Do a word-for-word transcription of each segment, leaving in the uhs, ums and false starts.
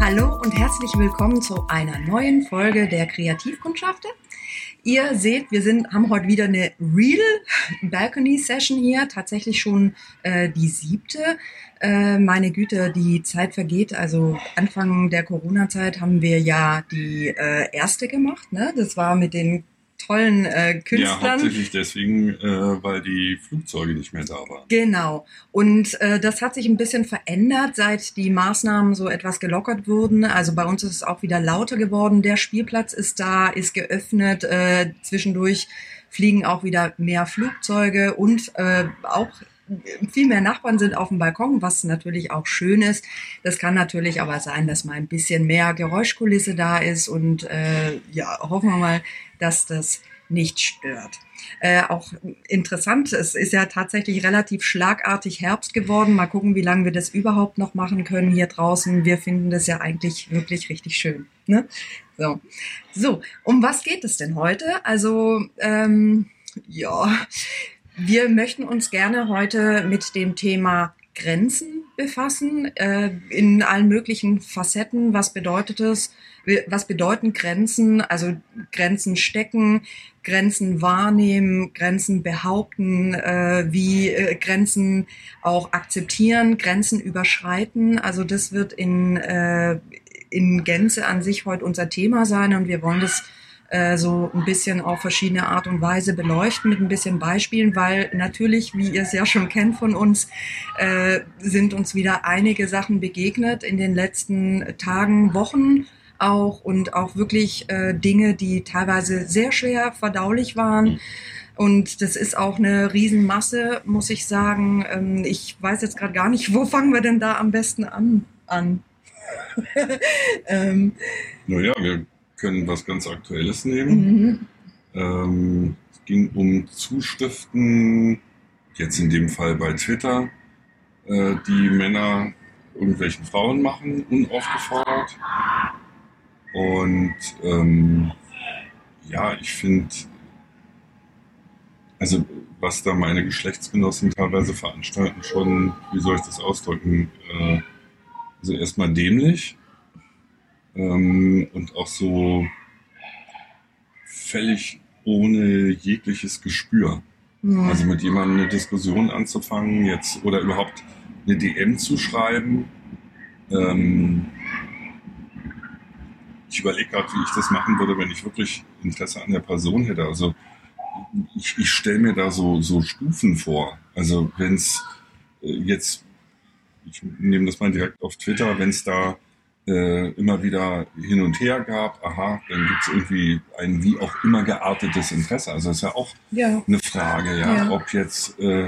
Hallo und herzlich willkommen zu einer neuen Folge der Kreativkundschaften. Ihr seht, wir sind, haben heute wieder eine Real Balcony Session hier, tatsächlich schon äh, die siebte. Äh, meine Güte, die Zeit vergeht. Also Anfang der Corona-Zeit haben wir ja die äh, erste gemacht, ne? Das war mit den tollen äh, Künstlern. Ja, hauptsächlich deswegen, äh, weil die Flugzeuge nicht mehr da waren. Genau. Und äh, das hat sich ein bisschen verändert, seit die Maßnahmen so etwas gelockert wurden. Also bei uns ist es auch wieder lauter geworden. Der Spielplatz ist da, ist geöffnet. Äh, zwischendurch fliegen auch wieder mehr Flugzeuge und äh, auch viel mehr Nachbarn sind auf dem Balkon, was natürlich auch schön ist. Das kann natürlich aber sein, dass mal ein bisschen mehr Geräuschkulisse da ist und äh, ja, hoffen wir mal, dass das nicht stört. Äh, auch interessant, es ist ja tatsächlich relativ schlagartig Herbst geworden. Mal gucken, wie lange wir das überhaupt noch machen können hier draußen. Wir finden das ja eigentlich wirklich richtig schön. Ne? So. so, um was geht es denn heute? Also, ähm, ja... Wir möchten uns gerne heute mit dem Thema Grenzen befassen, äh, in allen möglichen Facetten. Was bedeutet es? Was bedeuten Grenzen? Also Grenzen stecken, Grenzen wahrnehmen, Grenzen behaupten, äh, wie äh, Grenzen auch akzeptieren, Grenzen überschreiten. Also das wird in, äh, in Gänze an sich heute unser Thema sein und wir wollen das so ein bisschen auf verschiedene Art und Weise beleuchten mit ein bisschen Beispielen, weil natürlich, wie ihr es ja schon kennt von uns, äh, sind uns wieder einige Sachen begegnet in den letzten Tagen, Wochen auch und auch wirklich äh, Dinge, die teilweise sehr schwer verdaulich waren. Und das ist auch eine Riesenmasse, muss ich sagen. Ähm, ich weiß jetzt gerade gar nicht, wo fangen wir denn da am besten an? an? ähm, naja, wir können was ganz Aktuelles nehmen. Mhm. Ähm, es ging um Zuschriften, jetzt in dem Fall bei Twitter, äh, die Männer irgendwelchen Frauen machen, unaufgefordert. Und ähm, ja, ich finde, also was da meine Geschlechtsgenossen teilweise veranstalten, schon, wie soll ich das ausdrücken, äh, also erstmal dämlich. Ähm, und auch so völlig ohne jegliches Gespür. Ja. Also mit jemandem eine Diskussion anzufangen jetzt oder überhaupt eine D M zu schreiben. Ähm, ich überlege gerade, wie ich das machen würde, wenn ich wirklich Interesse an der Person hätte. Also ich, ich stelle mir da so, so Stufen vor. Also wenn es äh, jetzt, ich nehme das mal direkt auf Twitter, wenn es da Äh, immer wieder hin und her gab, aha, dann gibt es irgendwie ein wie auch immer geartetes Interesse. Also das ist ja auch ja. eine Frage, ja, ja. ob jetzt, äh,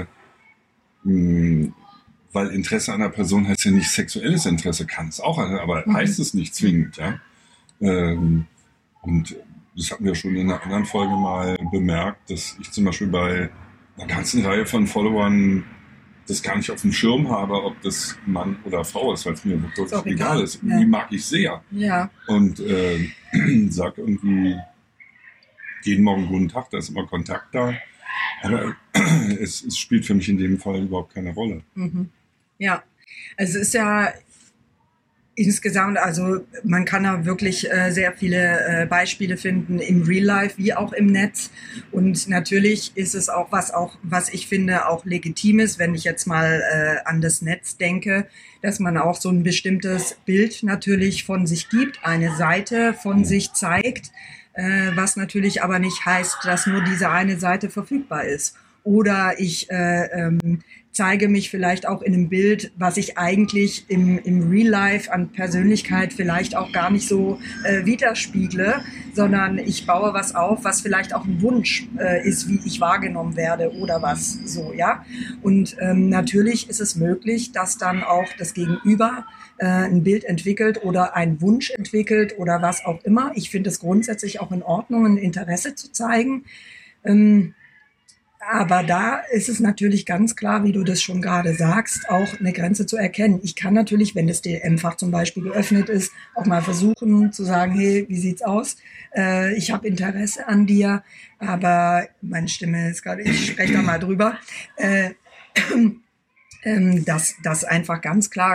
mh, weil Interesse an einer Person heißt ja nicht sexuelles Interesse, kann es auch, aber mhm. heißt es nicht zwingend, ja. Ähm, und das hatten wir schon in einer anderen Folge mal bemerkt, dass ich zum Beispiel bei einer ganzen Reihe von Followern das gar nicht auf dem Schirm habe, ob das Mann oder Frau ist, weil es mir wirklich egal, egal ist. Ja. Die mag ich sehr. Ja. Und äh, sag irgendwie jeden Morgen guten Tag, da ist immer Kontakt da. Aber es, es spielt für mich in dem Fall überhaupt keine Rolle. Mhm. Ja, also es ist ja insgesamt, also man kann da wirklich äh, sehr viele äh, Beispiele finden im Real Life wie auch im Netz und natürlich ist es auch was auch was ich finde auch legitim ist, wenn ich jetzt mal äh, an das Netz denke, dass man auch so ein bestimmtes Bild natürlich von sich gibt, eine Seite von sich zeigt, äh, was natürlich aber nicht heißt, dass nur diese eine Seite verfügbar ist. Oder ich äh, ähm, zeige mich vielleicht auch in einem Bild, was ich eigentlich im, im Real Life an Persönlichkeit vielleicht auch gar nicht so äh, widerspiegle, sondern ich baue was auf, was vielleicht auch ein Wunsch äh, ist, wie ich wahrgenommen werde oder was so, ja. Und ähm, natürlich ist es möglich, dass dann auch das Gegenüber äh, ein Bild entwickelt oder einen Wunsch entwickelt oder was auch immer. Ich finde es grundsätzlich auch in Ordnung, ein Interesse zu zeigen. Ähm, Aber da ist es natürlich ganz klar, wie du das schon gerade sagst, auch eine Grenze zu erkennen. Ich kann natürlich, wenn das D M-Fach zum Beispiel geöffnet ist, auch mal versuchen zu sagen, hey, wie sieht's aus? Äh, ich habe Interesse an dir, aber meine Stimme ist gerade, ich spreche da mal drüber. Äh, ähm, dass das einfach ganz klar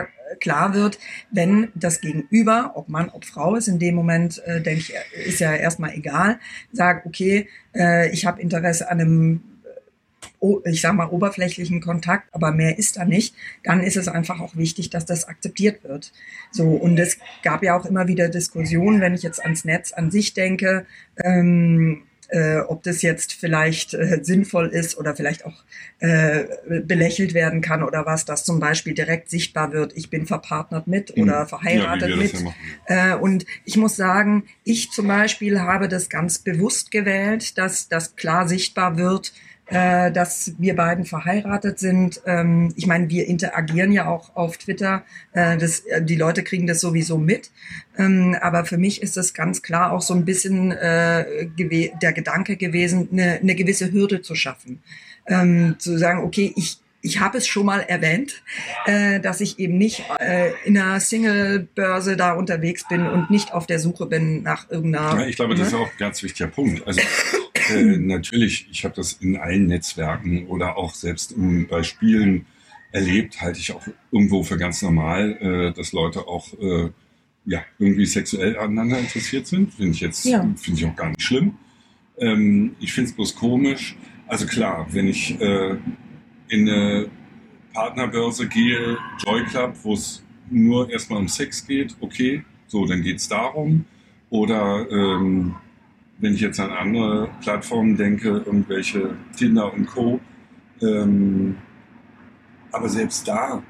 klar wird, wenn das Gegenüber, ob Mann, ob Frau ist, in dem Moment, äh, denke ich, ist ja erstmal egal, sagt, okay, äh, ich habe Interesse an einem, ich sag mal, oberflächlichen Kontakt, aber mehr ist da nicht, dann ist es einfach auch wichtig, dass das akzeptiert wird. So, und es gab ja auch immer wieder Diskussionen, wenn ich jetzt ans Netz an sich denke, ähm, äh, ob das jetzt vielleicht äh, sinnvoll ist oder vielleicht auch äh, belächelt werden kann oder was, dass zum Beispiel direkt sichtbar wird, ich bin verpartnert mit oder verheiratet ja, mit. Ja äh, und ich muss sagen, ich zum Beispiel habe das ganz bewusst gewählt, dass das klar sichtbar wird, äh, dass wir beiden verheiratet sind. Ähm, ich meine, wir interagieren ja auch auf Twitter. Äh, das, die Leute kriegen das sowieso mit. Ähm, aber für mich ist es ganz klar auch so ein bisschen äh, gew- der Gedanke gewesen, eine, eine gewisse Hürde zu schaffen. Ähm, zu sagen, okay, ich Ich habe es schon mal erwähnt, äh, dass ich eben nicht äh, in einer Single-Börse da unterwegs bin und nicht auf der Suche bin nach irgendeiner... Ja, ich glaube, das ist auch ein ganz wichtiger Punkt. Also äh, natürlich, ich habe das in allen Netzwerken oder auch selbst in, bei Spielen erlebt, halte ich auch irgendwo für ganz normal, äh, dass Leute auch äh, ja, irgendwie sexuell aneinander interessiert sind. Finde ich jetzt ja. finde ich auch gar nicht schlimm. Ähm, ich finde es bloß komisch. Also klar, wenn ich... Äh, in eine Partnerbörse gehe, Joy Club, wo es nur erstmal um Sex geht, okay, so, dann geht es darum. Oder ähm, wenn ich jetzt an andere Plattformen denke, irgendwelche Tinder und Co. Ähm, aber selbst da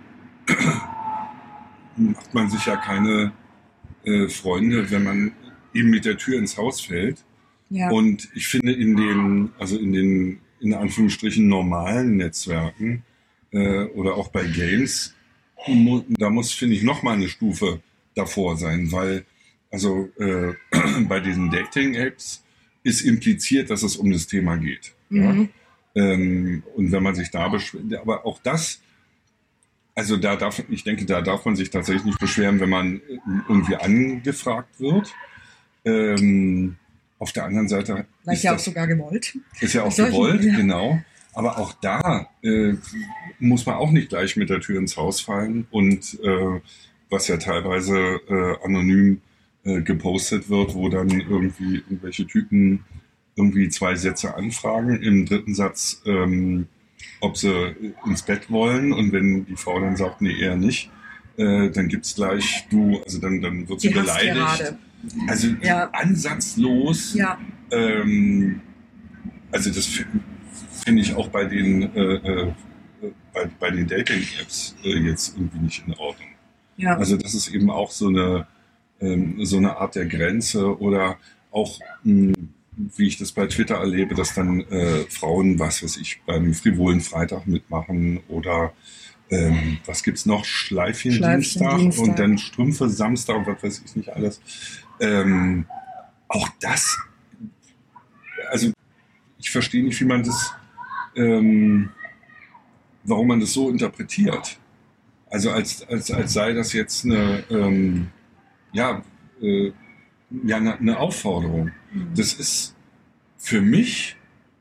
macht man sich ja keine äh, Freunde, wenn man eben mit der Tür ins Haus fällt. Ja. Und ich finde in den, also in den in Anführungsstrichen normalen Netzwerken äh, oder auch bei Games, mu- da muss, finde ich, noch mal eine Stufe davor sein, weil also äh, bei diesen Dating-Apps ist impliziert, dass es um das Thema geht. Mhm. Ja? Ähm, und wenn man sich da beschwert, aber auch das, also da darf, ich denke, da darf man sich tatsächlich nicht beschweren, wenn man irgendwie angefragt wird. Ähm, Auf der anderen Seite ist ja auch sogar gewollt. Ist ja auch gewollt, ja. Genau. Aber auch da äh, muss man auch nicht gleich mit der Tür ins Haus fallen. Und äh, was ja teilweise äh, anonym äh, gepostet wird, wo dann irgendwie irgendwelche Typen irgendwie zwei Sätze anfragen. Im dritten Satz, ähm, ob sie ins Bett wollen. Und wenn die Frau dann sagt, nee, eher nicht, äh, dann gibt's gleich du, also dann, dann wird sie die beleidigt. Also ja. Ansatzlos. Ja. Ähm, also das finde ich auch bei den äh, äh, bei, bei den Dating-Apps äh, jetzt irgendwie nicht in Ordnung. Ja. Also das ist eben auch so eine ähm, so eine Art der Grenze oder auch mh, wie ich das bei Twitter erlebe, dass dann äh, Frauen, was weiß ich, beim frivolen Freitag mitmachen oder ähm, was gibt's noch? Schleifchen, Schleifchen Dienstag, Dienstag und dann Strümpfe Samstag und was weiß ich nicht alles. Ähm, auch das, also ich verstehe nicht, wie man das, ähm, warum man das so interpretiert. Also als, als, als sei das jetzt eine, ähm, ja, äh, ja, eine, eine Aufforderung. Mhm. Das ist für mich,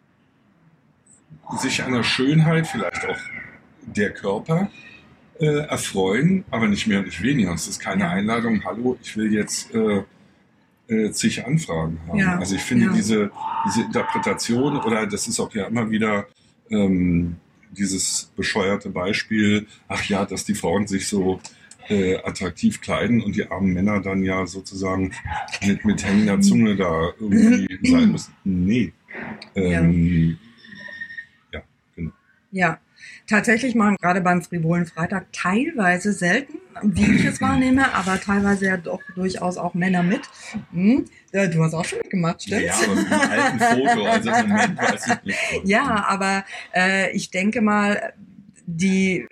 sich an der Schönheit, vielleicht auch der Körper, äh, erfreuen, aber nicht mehr und nicht weniger. Es ist keine Einladung, hallo, ich will jetzt äh, äh, zig Anfragen haben. Ja. Also ich finde ja. diese, diese Interpretation, oder das ist auch ja immer wieder ähm, dieses bescheuerte Beispiel, ach ja, dass die Frauen sich so äh, attraktiv kleiden und die armen Männer dann ja sozusagen mit, mit hängender Zunge da irgendwie sein müssen. Nee. Ähm, ja. ja, genau. Ja. Tatsächlich machen gerade beim frivolen Freitag teilweise selten, wie ich es wahrnehme, aber teilweise ja doch durchaus auch Männer mit. Hm? Ja, du hast auch schon mitgemacht, stimmt's? Ja, aber mit einem alten Foto, also im Moment weiß ich nicht. Ja, aber äh, ich denke mal, die...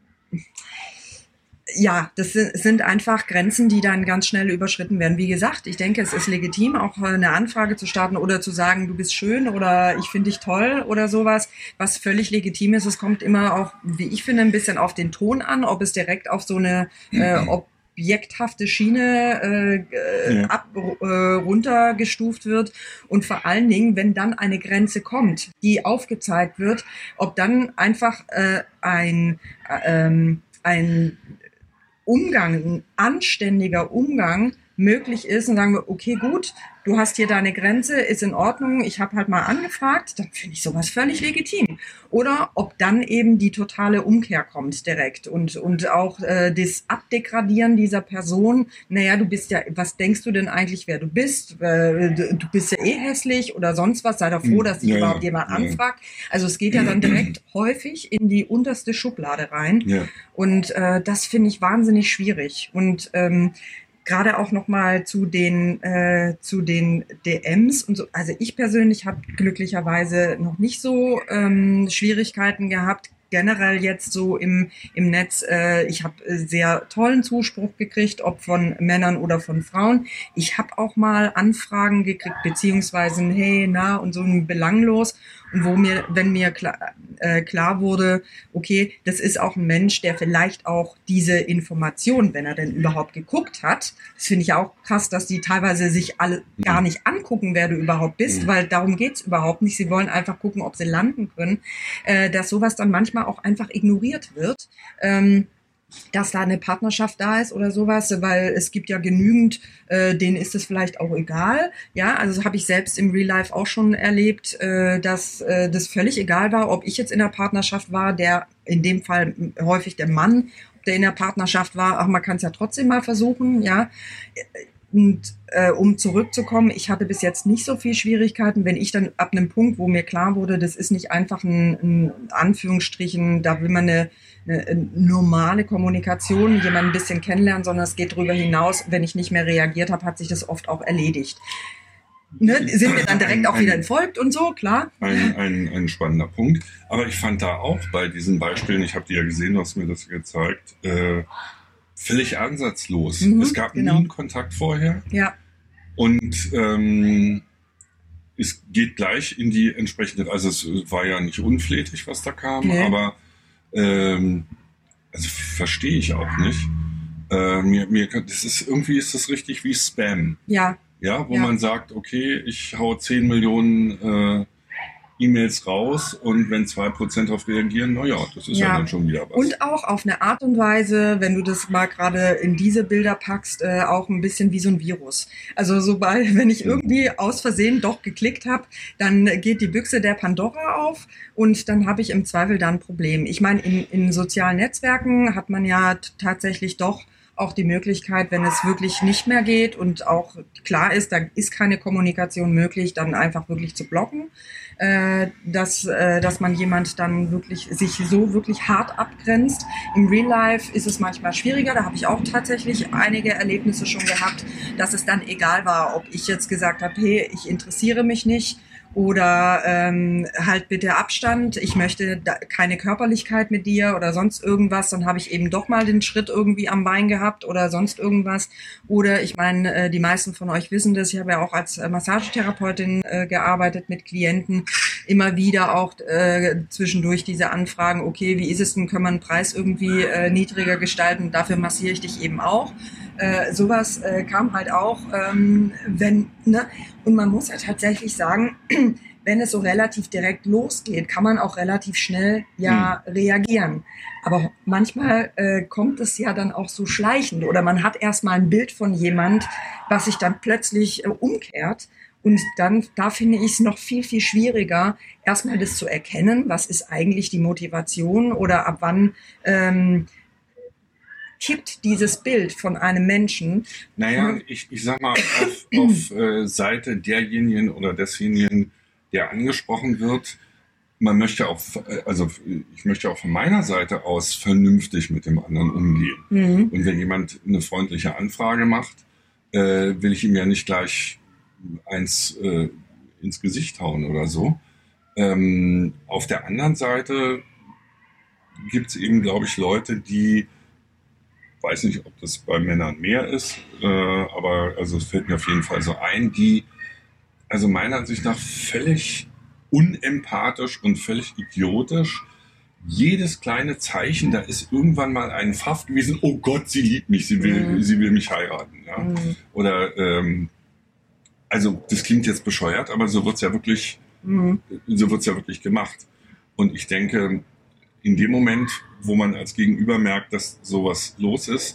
Ja, das sind einfach Grenzen, die dann ganz schnell überschritten werden. Wie gesagt, ich denke, es ist legitim, auch eine Anfrage zu starten oder zu sagen, du bist schön oder ich finde dich toll oder sowas, was völlig legitim ist. Es kommt immer auch, wie ich finde, ein bisschen auf den Ton an, ob es direkt auf so eine äh, objekthafte Schiene äh, ja. ab, äh, runtergestuft wird und vor allen Dingen, wenn dann eine Grenze kommt, die aufgezeigt wird, ob dann einfach äh, ein, äh, ein Umgang, ein anständiger Umgang möglich ist und sagen wir, okay, gut, du hast hier deine Grenze, ist in Ordnung, ich habe halt mal angefragt, dann finde ich sowas völlig legitim. Oder ob dann eben die totale Umkehr kommt direkt und, und auch äh, das Abdegradieren dieser Person, naja, du bist ja, was denkst du denn eigentlich, wer du bist? Äh, du bist ja eh hässlich oder sonst was, sei doch froh, dass dich ja, überhaupt ja, jemand ja. anfragt. Also es geht ja dann direkt häufig in die unterste Schublade rein. Ja. Und äh, das finde ich wahnsinnig schwierig. Und ähm, gerade auch nochmal zu den äh, zu den D Ms und so. Also ich persönlich habe glücklicherweise noch nicht so ähm, Schwierigkeiten gehabt. Generell jetzt so im im Netz. Äh, ich habe sehr tollen Zuspruch gekriegt, ob von Männern oder von Frauen. Ich habe auch mal Anfragen gekriegt, beziehungsweise ein Hey, na und so ein belanglos. Und wo mir, wenn mir klar, äh, klar wurde, okay, das ist auch ein Mensch, der vielleicht auch diese Information, wenn er denn überhaupt geguckt hat, das finde ich auch krass, dass die teilweise sich alle gar nicht angucken, wer du überhaupt bist, weil darum geht's überhaupt nicht. Sie wollen einfach gucken, ob sie landen können, äh, dass sowas dann manchmal auch einfach ignoriert wird. Ähm, dass da eine Partnerschaft da ist oder sowas, weil es gibt ja genügend, äh, denen ist es vielleicht auch egal. Ja, also das habe ich selbst im Real Life auch schon erlebt, äh, dass äh, das völlig egal war, ob ich jetzt in der Partnerschaft war, der in dem Fall häufig der Mann, ob der in der Partnerschaft war, ach, man kann es ja trotzdem mal versuchen, ja. Und äh, um zurückzukommen, ich hatte bis jetzt nicht so viel Schwierigkeiten, wenn ich dann ab einem Punkt, wo mir klar wurde, das ist nicht einfach ein, ein Anführungsstrichen, da will man eine, eine normale Kommunikation, jemanden ein bisschen kennenlernen, sondern es geht darüber hinaus, wenn ich nicht mehr reagiert habe, hat sich das oft auch erledigt. Ne? Sind wir dann direkt ein, auch wieder ein, entfolgt und so, klar. Ein, ein, ein spannender Punkt. Aber ich fand da auch bei diesen Beispielen, ich habe die ja gesehen, du hast mir das gezeigt, äh, völlig ansatzlos. Mhm, es gab genau. nie einen Kontakt vorher. Ja. Und ähm, es geht gleich in die entsprechende, also es war ja nicht unflätig, was da kam, Nee. aber ähm, also verstehe ich auch nicht. Äh, mir, mir, das ist, irgendwie ist das richtig wie Spam. Ja. Ja, wo Ja. man sagt, okay, ich hau zehn Millionen äh, E-Mails raus und wenn zwei Prozent darauf reagieren, naja, das ist ja. Ja. dann schon wieder was. Und auch auf eine Art und Weise, wenn du das mal gerade in diese Bilder packst, äh, auch ein bisschen wie so ein Virus. Also sobald, wenn ich irgendwie aus Versehen doch geklickt habe, dann geht die Büchse der Pandora auf und dann habe ich im Zweifel dann ein Problem. Ich meine, in, in sozialen Netzwerken hat man ja t- tatsächlich doch auch die Möglichkeit, wenn es wirklich nicht mehr geht und auch klar ist, da ist keine Kommunikation möglich, dann einfach wirklich zu blocken, äh, dass, äh, dass man jemand dann wirklich sich so wirklich hart abgrenzt. Im Real Life ist es manchmal schwieriger, da habe ich auch tatsächlich einige Erlebnisse schon gehabt, dass es dann egal war, ob ich jetzt gesagt habe, hey, ich interessiere mich nicht, oder ähm, halt bitte Abstand, ich möchte da keine Körperlichkeit mit dir oder sonst irgendwas, dann habe ich eben doch mal den Schritt irgendwie am Bein gehabt oder sonst irgendwas. Oder ich meine, äh, die meisten von euch wissen das, ich habe ja auch als äh, Massagetherapeutin äh, gearbeitet mit Klienten, immer wieder auch äh, zwischendurch diese Anfragen, okay, wie ist es denn, können wir einen Preis irgendwie äh, niedriger gestalten, dafür massiere ich dich eben auch. Äh, sowas äh, kam halt auch, ähm, wenn, ne, und man muss ja tatsächlich sagen, wenn es so relativ direkt losgeht, kann man auch relativ schnell ja mhm. reagieren. Aber manchmal äh, kommt es ja dann auch so schleichend oder man hat erstmal ein Bild von jemand, was sich dann plötzlich äh, umkehrt. Und dann, da finde ich es noch viel, viel schwieriger, erstmal das zu erkennen, was ist eigentlich die Motivation oder ab wann ähm, kippt dieses Bild von einem Menschen. Naja, ich, ich sag mal, auf, auf äh, Seite derjenigen oder desjenigen, der angesprochen wird, man möchte auch, also ich möchte auch von meiner Seite aus vernünftig mit dem anderen umgehen. Mhm. Und wenn jemand eine freundliche Anfrage macht, äh, will ich ihm ja nicht gleich eins äh, ins Gesicht hauen oder so. Ähm, auf der anderen Seite gibt es eben, glaube ich, Leute, die weiß nicht, ob das bei Männern mehr ist, äh, aber also es fällt mir auf jeden Fall so ein, die also meiner Ansicht nach völlig unempathisch und völlig idiotisch jedes kleine Zeichen, da ist irgendwann mal ein Pfaff gewesen, oh Gott, sie liebt mich, sie will, mhm. sie will mich heiraten. Ja? Mhm. Oder ähm, also das klingt jetzt bescheuert, aber so wird's ja wirklich, mhm. so wird's ja wirklich gemacht. Und ich denke, in dem Moment, wo man als Gegenüber merkt, dass sowas los ist,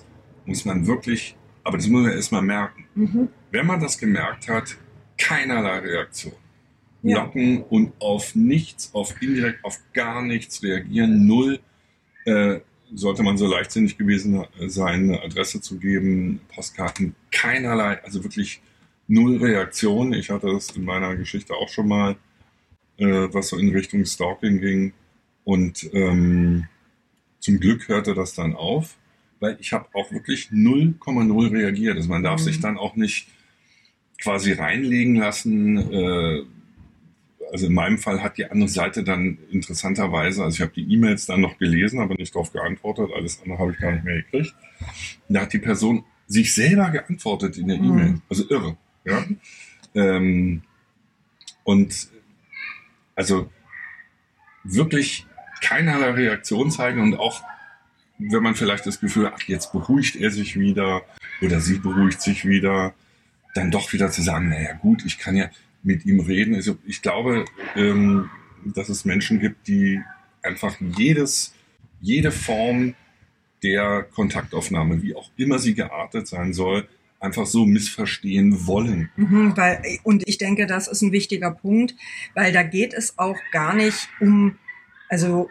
muss man wirklich, aber das muss man erstmal merken. Mhm. Wenn man das gemerkt hat, keinerlei Reaktion. Ja. Blocken und auf nichts, auf indirekt, auf gar nichts reagieren, null. Äh, sollte man so leichtsinnig gewesen sein, eine Adresse zu geben, Postkarten, keinerlei, also wirklich null Reaktion. Ich hatte das in meiner Geschichte auch schon mal, äh, was so in Richtung Stalking ging. Und ähm, zum Glück hörte das dann auf, weil ich habe auch wirklich null Komma null reagiert. Also man darf mhm. sich dann auch nicht quasi reinlegen lassen. Äh, also in meinem Fall hat die andere Seite dann interessanterweise, also ich habe die E-Mails dann noch gelesen, aber nicht darauf geantwortet. Alles andere habe ich gar nicht mehr gekriegt. Da hat die Person sich selber geantwortet in der mhm. E-Mail. Also irre. Ja? ähm, und also wirklich keinerlei Reaktion zeigen und auch, wenn man vielleicht das Gefühl hat, ach, jetzt beruhigt er sich wieder oder sie beruhigt sich wieder, dann doch wieder zu sagen, naja gut, ich kann ja mit ihm reden. Also ich glaube, ähm, dass es Menschen gibt, die einfach jedes, jede Form der Kontaktaufnahme, wie auch immer sie geartet sein soll, einfach so missverstehen wollen. Mhm, weil, und ich denke, das ist ein wichtiger Punkt, weil da geht es auch gar nicht um, also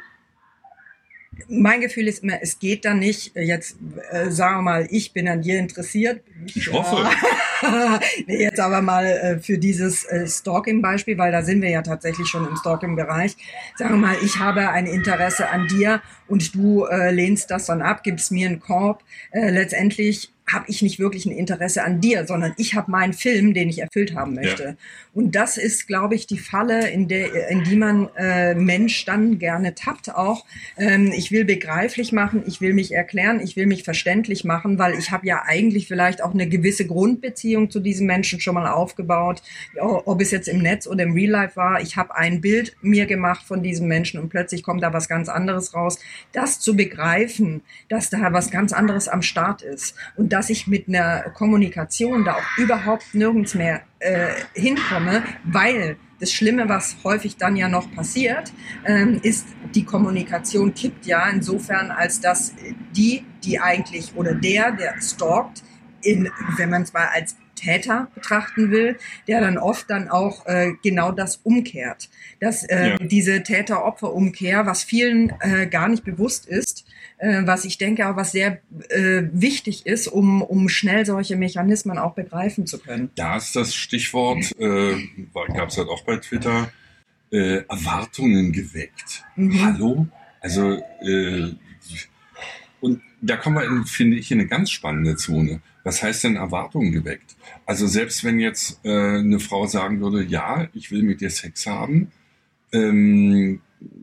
mein Gefühl ist immer, es geht da nicht, jetzt äh, sagen wir mal, ich bin an dir interessiert. Ich, ich hoffe. Äh, nee, jetzt aber mal äh, für dieses äh, Stalking-Beispiel, weil da sind wir ja tatsächlich schon im Stalking-Bereich. Sagen wir mal, ich habe ein Interesse an dir und du äh, lehnst das dann ab, gibst mir einen Korb. Äh, letztendlich habe ich nicht wirklich ein Interesse an dir, sondern ich habe meinen Film, den ich erfüllt haben möchte. Ja. Und das ist, glaube ich, die Falle, in der, in die man äh, Mensch dann gerne tappt auch. Ähm, ich will begreiflich machen, ich will mich erklären, ich will mich verständlich machen, weil ich habe ja eigentlich vielleicht auch eine gewisse Grundbeziehung zu diesem Menschen schon mal aufgebaut, ob es jetzt im Netz oder im Real Life war. Ich habe ein Bild mir gemacht von diesem Menschen und plötzlich kommt da was ganz anderes raus. Das zu begreifen, dass da was ganz anderes am Start ist und dass ich mit einer Kommunikation da auch überhaupt nirgends mehr äh, hinkomme, weil das Schlimme, was häufig dann ja noch passiert, ähm, ist, die Kommunikation kippt ja insofern, als dass die, die eigentlich, oder der, der stalkt, in, wenn man es mal als Täter betrachten will, der dann oft dann auch äh, genau das umkehrt. Dass äh, ja. diese Täter-Opfer-Umkehr, was vielen äh, gar nicht bewusst ist, äh, was ich denke auch, was sehr äh, wichtig ist, um, um schnell solche Mechanismen auch begreifen zu können. Da ist das Stichwort, äh, gab es halt auch bei Twitter, äh, Erwartungen geweckt. Mhm. Hallo? Also, äh, und da kommen wir, in, finde ich, in eine ganz spannende Zone. Was heißt denn Erwartungen geweckt? Also selbst wenn jetzt äh, eine Frau sagen würde, ja, ich will mit dir Sex haben, ähm,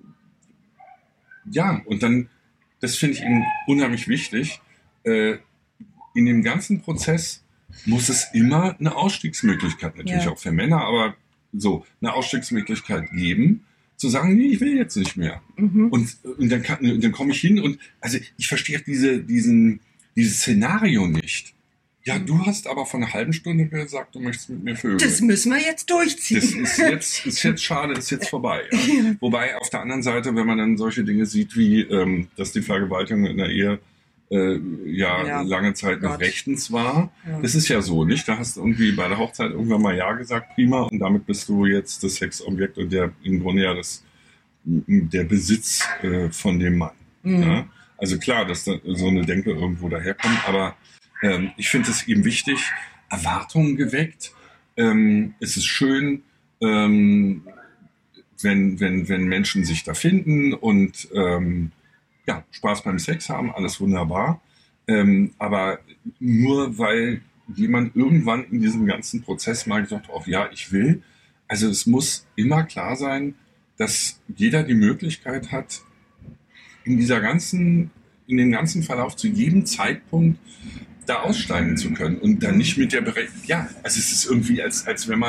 ja, und dann, das finde ich eben unheimlich wichtig, äh, in dem ganzen Prozess muss es immer eine Ausstiegsmöglichkeit, natürlich ja. auch für Männer, aber so, eine Ausstiegsmöglichkeit geben, zu sagen, nee, ich will jetzt nicht mehr. Mhm. Und, und dann, kann, dann komme ich hin und, also ich verstehe diese, diesen, dieses Szenario nicht. Ja, du hast aber vor einer halben Stunde gesagt, du möchtest mit mir vögeln. Das müssen wir jetzt durchziehen. Das ist jetzt, ist jetzt schade, ist jetzt vorbei. Ja. Wobei auf der anderen Seite, wenn man dann solche Dinge sieht, wie ähm, dass die Vergewaltigung in der Ehe äh, ja, ja lange Zeit noch rechtens war, ja. das ist ja so, nicht? Da hast du irgendwie bei der Hochzeit irgendwann mal Ja gesagt, prima, und damit bist du jetzt das Sexobjekt und der im Grunde ja das, der Besitz äh, von dem Mann. Mhm. Ja? Also klar, dass da so eine Denke irgendwo daherkommt, aber Ähm, ich finde es eben wichtig, Erwartungen geweckt. Ähm, es ist schön, ähm, wenn, wenn, wenn Menschen sich da finden und ähm, ja, Spaß beim Sex haben, alles wunderbar. Ähm, aber nur weil jemand irgendwann in diesem ganzen Prozess mal gesagt hat, oh, ja, ich will. Also es muss immer klar sein, dass jeder die Möglichkeit hat, in dieser ganzen, in dem ganzen Verlauf zu jedem Zeitpunkt da aussteigen zu können und dann nicht mit der Berechnung, ja, also es ist irgendwie, als, als wenn man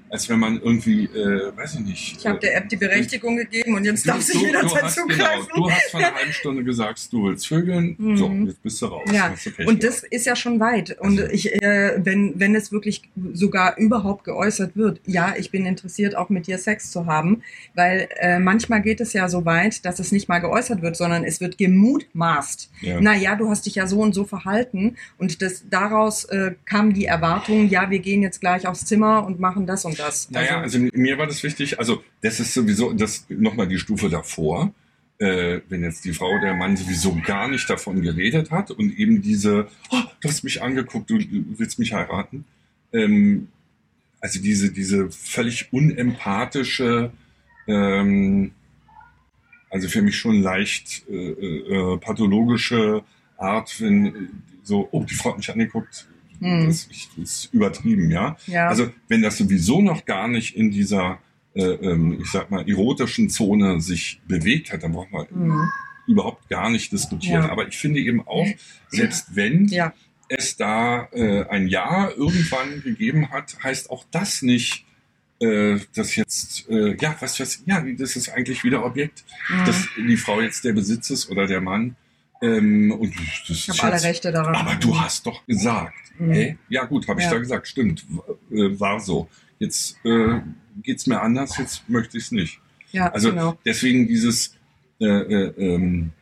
als wenn man irgendwie, äh, weiß ich nicht. Ich habe der App die Berechtigung äh, gegeben und jetzt du, darf sie jederzeit zugreifen. Genau, du hast vor einer halben Stunde gesagt, du willst vögeln, mhm. so, jetzt bist du raus. Ja, und das ist ja schon weit. Und also, ich, äh, wenn, wenn es wirklich sogar überhaupt geäußert wird, ja, ich bin interessiert, auch mit dir Sex zu haben, weil äh, manchmal geht es ja so weit, dass es nicht mal geäußert wird, sondern es wird gemutmaßt. Ja. Naja, du hast dich ja so und so verhalten und das, daraus äh, kam die Erwartung, ja, wir gehen jetzt gleich aufs Zimmer und machen das und das. Naja, also, also mir war das wichtig, also das ist sowieso, das nochmal die Stufe davor, äh, wenn jetzt die Frau, der Mann sowieso gar nicht davon geredet hat und eben diese, oh, du hast mich angeguckt, du willst mich heiraten, ähm, also diese, diese völlig unempathische, ähm, also für mich schon leicht äh, äh, pathologische Art, wenn so, oh, die Frau hat mich angeguckt, hm. das, ich, das ist übertrieben, ja? ja. Also wenn das sowieso noch gar nicht in dieser, äh, ähm, ich sag mal, erotischen Zone sich bewegt hat, dann braucht man hm. überhaupt gar nicht diskutieren. Ja. Aber ich finde eben auch, selbst wenn ja. es da äh, ein Ja irgendwann gegeben hat, heißt auch das nicht, äh, dass jetzt, äh, ja, was, was, ja, das ist eigentlich wieder Objekt, mhm. dass die Frau jetzt der Besitz ist oder der Mann. Ähm, und das ich habe alle Rechte daran. Aber du hast doch gesagt, mhm. hey, ja gut, habe ich ja. da gesagt, stimmt, äh, war so. Jetzt äh, geht's mir anders, jetzt möchte ich es nicht. Ja, also genau. deswegen dieses äh, äh, ähm,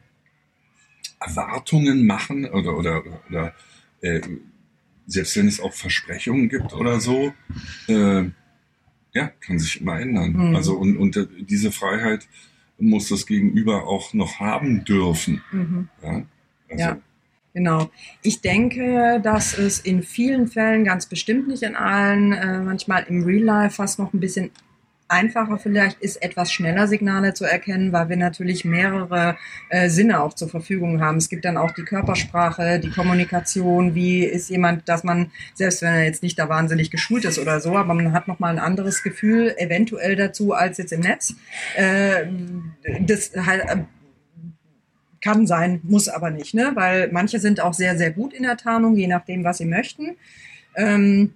Erwartungen machen oder oder oder äh, selbst wenn es auch Versprechungen gibt oder so, äh, ja, kann sich immer ändern. Mhm. Also und, und diese Freiheit muss das Gegenüber auch noch haben dürfen. Mhm. Ja, also. Ja, genau. Ich denke, dass es in vielen Fällen, ganz bestimmt nicht in allen, äh, manchmal im Real Life fast noch ein bisschen einfacher vielleicht ist, etwas schneller Signale zu erkennen, weil wir natürlich mehrere äh, Sinne auch zur Verfügung haben. Es gibt dann auch die Körpersprache, die Kommunikation, wie ist jemand, dass man, selbst wenn er jetzt nicht da wahnsinnig geschult ist oder so, aber man hat nochmal ein anderes Gefühl eventuell dazu als jetzt im Netz. Äh, das halt äh, kann sein, muss aber nicht, ne? Weil manche sind auch sehr, sehr gut in der Tarnung, je nachdem, was sie möchten. Ähm,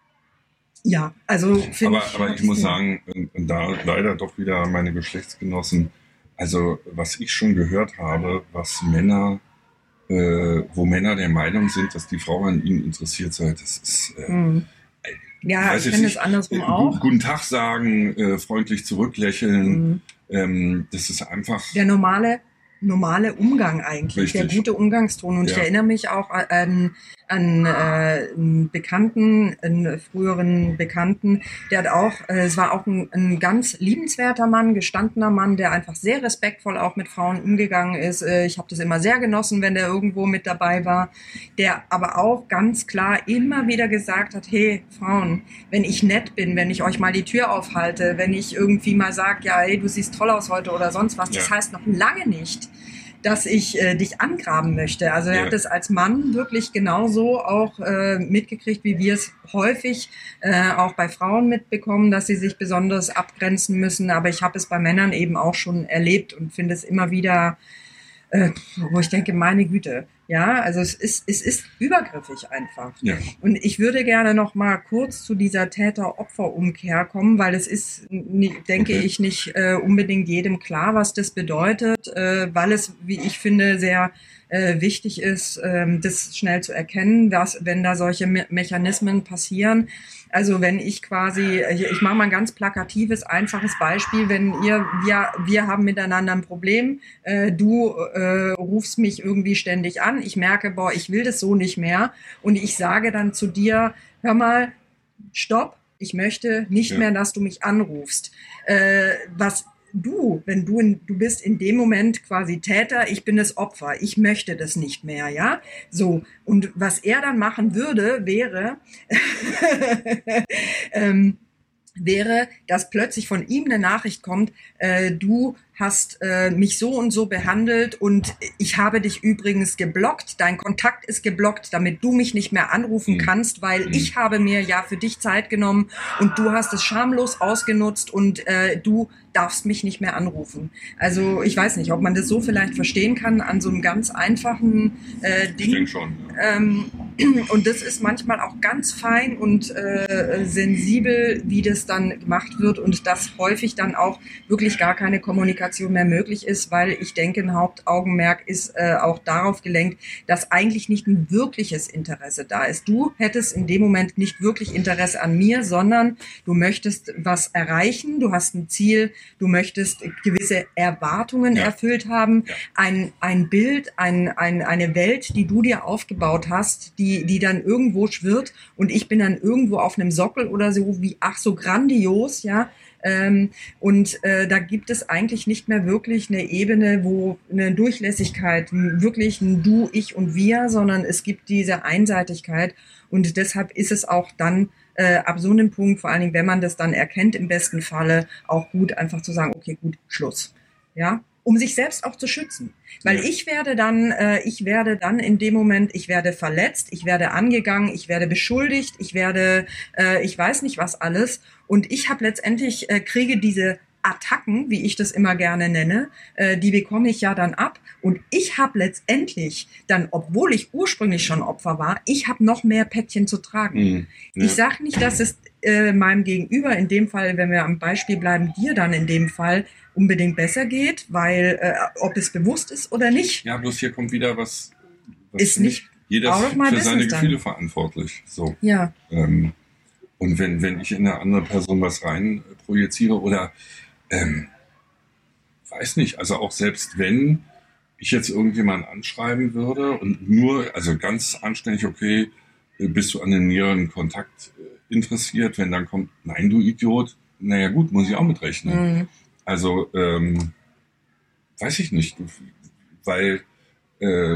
Ja, also finde ich. Aber ich muss sagen, und da leider doch wieder meine Geschlechtsgenossen, also was ich schon gehört habe, was Männer, äh, wo Männer der Meinung sind, dass die Frau an ihnen interessiert sei, das ist. Äh, hm. Ja, ich finde es andersrum äh, auch. Guten Tag sagen, äh, freundlich zurücklächeln, hm. ähm, das ist einfach. Der normale. normale Umgang eigentlich, Richtig. Der gute Umgangston. Und ja. ich erinnere mich auch an, an äh, einen Bekannten, einen früheren Bekannten, der hat auch, äh, es war auch ein, ein ganz liebenswerter Mann, gestandener Mann, der einfach sehr respektvoll auch mit Frauen umgegangen ist. Äh, ich habe das immer sehr genossen, wenn der irgendwo mit dabei war, der aber auch ganz klar immer wieder gesagt hat, hey Frauen, wenn ich nett bin, wenn ich euch mal die Tür aufhalte, wenn ich irgendwie mal sage, ja, hey, du siehst toll aus heute oder sonst was, ja. das heißt noch lange nicht, dass ich äh, dich angraben möchte. Also er ja. hat es als Mann wirklich genauso auch äh, mitgekriegt, wie wir es häufig äh, auch bei Frauen mitbekommen, dass sie sich besonders abgrenzen müssen. Aber ich habe es bei Männern eben auch schon erlebt und finde es immer wieder, äh, wo ich denke, meine Güte. Ja, also es ist, es ist übergriffig einfach. Ja. Und ich würde gerne noch mal kurz zu dieser Täter-Opfer-Umkehr kommen, weil es ist, denke okay. ich, nicht äh, unbedingt jedem klar, was das bedeutet, äh, weil es, wie ich finde, sehr äh, wichtig ist, äh, das schnell zu erkennen, was, wenn da solche Me- Mechanismen passieren. Also wenn ich quasi, ich, ich mache mal ein ganz plakatives, einfaches Beispiel, wenn ihr, wir, wir haben miteinander ein Problem, äh, du äh, rufst mich irgendwie ständig an, ich merke, boah, ich will das so nicht mehr und ich sage dann zu dir, hör mal, stopp, ich möchte nicht ja. mehr, dass du mich anrufst. Äh, was du, wenn du, in, du bist in dem Moment quasi Täter, ich bin das Opfer, ich möchte das nicht mehr, ja, so, und was er dann machen würde, wäre, ähm, wäre, dass plötzlich von ihm eine Nachricht kommt, äh, du hast äh, mich so und so behandelt und ich habe dich übrigens geblockt, dein Kontakt ist geblockt, damit du mich nicht mehr anrufen Mhm. kannst, weil Mhm. ich habe mir ja für dich Zeit genommen und du hast es schamlos ausgenutzt und äh, du darfst mich nicht mehr anrufen. Also ich weiß nicht, ob man das so vielleicht verstehen kann an so einem ganz einfachen äh, Ding. Ich denke schon. Ja. Ähm, und das ist manchmal auch ganz fein und äh, sensibel, wie das dann gemacht wird und dass häufig dann auch wirklich gar keine Kommunikation mehr möglich ist, weil ich denke, ein Hauptaugenmerk ist äh, auch darauf gelenkt, dass eigentlich nicht ein wirkliches Interesse da ist. Du hättest in dem Moment nicht wirklich Interesse an mir, sondern du möchtest was erreichen, du hast ein Ziel, du möchtest gewisse Erwartungen Ja. erfüllt haben, Ja. ein, ein Bild, ein, ein, eine Welt, die du dir aufgebaut hast, die, die dann irgendwo schwirrt und ich bin dann irgendwo auf einem Sockel oder so, wie, ach so grandios, ja, ähm, und äh, da gibt es eigentlich nicht mehr wirklich eine Ebene, wo eine Durchlässigkeit, wirklich ein Du, ich und wir, sondern es gibt diese Einseitigkeit und deshalb ist es auch dann äh, ab so einem Punkt, vor allen Dingen, wenn man das dann erkennt, im besten Falle auch gut, einfach zu sagen, okay, gut, Schluss. Ja, um sich selbst auch zu schützen. Weil Ja. ich werde dann, äh, ich werde dann in dem Moment, ich werde verletzt, ich werde angegangen, ich werde beschuldigt, ich werde, äh, ich weiß nicht was alles. Und ich habe letztendlich, äh, kriege diese Attacken, wie ich das immer gerne nenne, äh, die bekomme ich ja dann ab. Und ich habe letztendlich dann, obwohl ich ursprünglich schon Opfer war, ich habe noch mehr Päckchen zu tragen. Mhm. Ja. Ich sage nicht, dass es äh, meinem Gegenüber in dem Fall, wenn wir am Beispiel bleiben, dir dann in dem Fall unbedingt besser geht, weil äh, ob es bewusst ist oder nicht, Ja, bloß hier kommt wieder was, was ist nicht jeder out of my für business seine dann. Gefühle verantwortlich. So. Ja, Ähm, und wenn, wenn ich in eine andere Person was rein äh, projiziere oder ähm, weiß nicht, also auch selbst wenn ich jetzt irgendjemanden anschreiben würde und nur, also ganz anständig, okay, äh, bist du an den näheren Kontakt äh, interessiert, wenn dann kommt, nein, du Idiot, naja gut, muss ich auch mitrechnen. mhm. Also, ähm, weiß ich nicht, weil, äh,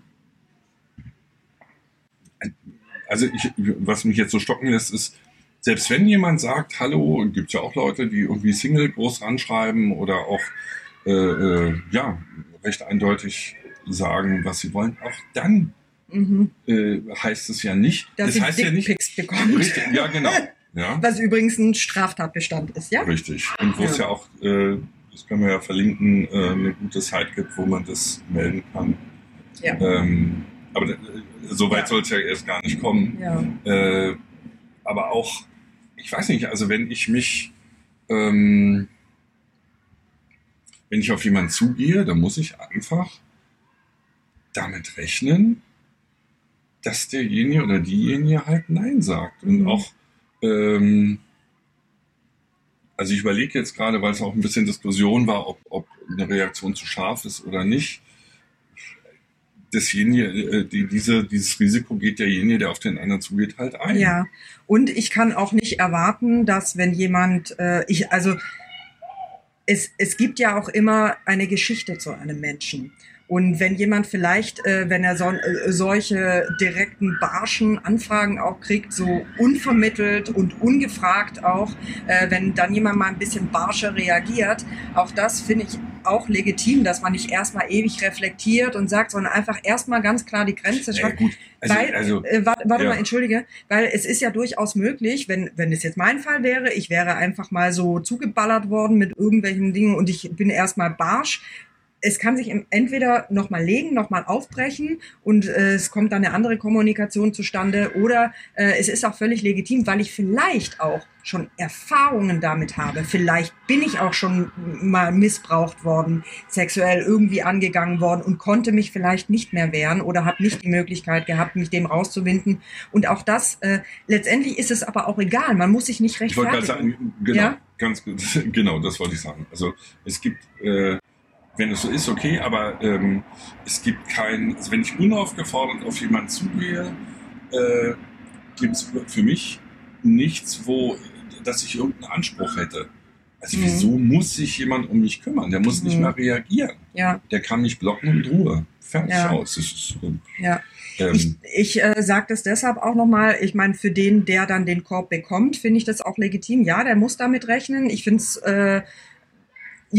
also ich, was mich jetzt so stocken lässt, ist, selbst wenn jemand sagt, hallo, gibt es ja auch Leute, die irgendwie Single groß ranschreiben oder auch, äh, äh, ja, recht eindeutig sagen, was sie wollen, auch dann Mhm. äh, heißt es ja nicht, dass das sie heißt ja nicht, Dickpics bekommt. richtig, ja genau, ja, Was übrigens ein Straftatbestand ist, ja? richtig. Und wo es Ja. ja auch, äh, das können wir ja verlinken, äh, eine gute Site gibt, wo man das melden kann. Ja. Ähm, aber äh, so weit Ja. soll es ja erst gar nicht kommen. Ja. Äh, aber auch, ich weiß nicht, also wenn ich mich, ähm, wenn ich auf jemanden zugehe, dann muss ich einfach damit rechnen, dass derjenige oder diejenige halt Nein sagt. Und Mhm. auch, ähm, also ich überlege jetzt gerade, weil es auch ein bisschen Diskussion war, ob, ob eine Reaktion zu scharf ist oder nicht. Dasjenige, äh, die, diese, dieses Risiko geht derjenige, der auf den anderen zugeht, halt ein. Ja, und ich kann auch nicht erwarten, dass wenn jemand, äh, ich, also es, es gibt ja auch immer eine Geschichte zu einem Menschen. Und wenn jemand vielleicht, äh, wenn er so, äh, solche direkten barschen Anfragen auch kriegt, so unvermittelt und ungefragt auch, äh, wenn dann jemand mal ein bisschen barscher reagiert, auch das finde ich auch legitim, dass man nicht erstmal ewig reflektiert und sagt, sondern einfach erstmal ganz klar die Grenze Äh, schafft. gut, also, weil, also äh, warte, warte ja. mal, entschuldige, weil es ist ja durchaus möglich, wenn, wenn es jetzt mein Fall wäre, ich wäre einfach mal so zugeballert worden mit irgendwelchen Dingen und ich bin erstmal barsch. Es kann sich entweder nochmal legen, nochmal aufbrechen und äh, es kommt dann eine andere Kommunikation zustande oder äh, es ist auch völlig legitim, weil ich vielleicht auch schon Erfahrungen damit habe. Vielleicht bin ich auch schon mal missbraucht worden, sexuell irgendwie angegangen worden und konnte mich vielleicht nicht mehr wehren oder habe nicht die Möglichkeit gehabt, mich dem rauszuwinden. Und auch das, äh, letztendlich ist es aber auch egal. Man muss sich nicht Ich wollte gerade rechtfertigen. sagen, genau, Ja? ganz gut, genau, das wollte ich sagen. Also es gibt, äh, wenn es so ist, okay, aber ähm, es gibt kein, also wenn ich unaufgefordert auf jemanden zugehe, äh, gibt es für mich nichts, wo, dass ich irgendeinen Anspruch hätte. Also Mhm. wieso muss sich jemand um mich kümmern? Der muss nicht Mhm. mal reagieren. Ja, Der kann mich blocken und Ruhe. Fertig Ja. aus. Das ist, ja. ähm, Ich, ich äh, sage das deshalb auch nochmal, ich meine, für den, der dann den Korb bekommt, finde ich das auch legitim. Ja, der muss damit rechnen. Ich finde es, äh, ja,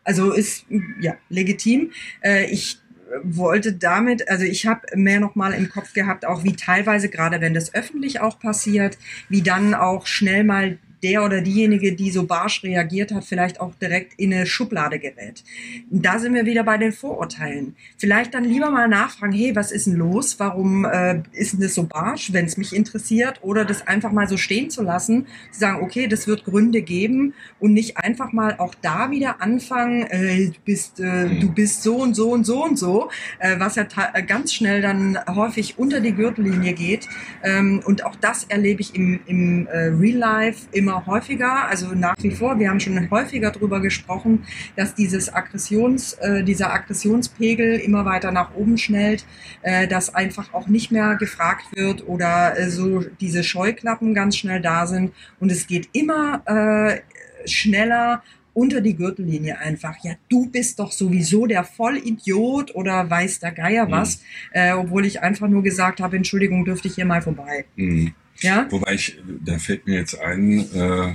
Also ist ja legitim. Äh, ich wollte damit, also ich habe mehr noch mal im Kopf gehabt, auch wie teilweise, gerade wenn das öffentlich auch passiert, wie dann auch schnell mal der oder diejenige, die so barsch reagiert hat, vielleicht auch direkt in eine Schublade gerät. Da sind wir wieder bei den Vorurteilen. Vielleicht dann lieber mal nachfragen, hey, was ist denn los? Warum äh, ist denn das so barsch, wenn es mich interessiert? Oder das einfach mal so stehen zu lassen, zu sagen, okay, das wird Gründe geben und nicht einfach mal auch da wieder anfangen, äh, du bist äh, du bist so und so und so und so, äh, was ja ta- ganz schnell dann häufig unter die Gürtellinie geht. Ähm, und auch das erlebe ich im, im äh, Real Life immer häufiger, also nach wie vor, wir haben schon häufiger darüber gesprochen, dass dieses Aggressions, äh, dieser Aggressionspegel immer weiter nach oben schnellt, äh, dass einfach auch nicht mehr gefragt wird oder äh, so diese Scheuklappen ganz schnell da sind und es geht immer äh, schneller unter die Gürtellinie einfach. Ja, du bist doch sowieso der Vollidiot oder weiß der Geier was, mhm. äh, obwohl ich einfach nur gesagt habe, Entschuldigung, dürfte ich hier mal vorbei. Mhm. Ja? Wobei ich, da fällt mir jetzt ein, äh,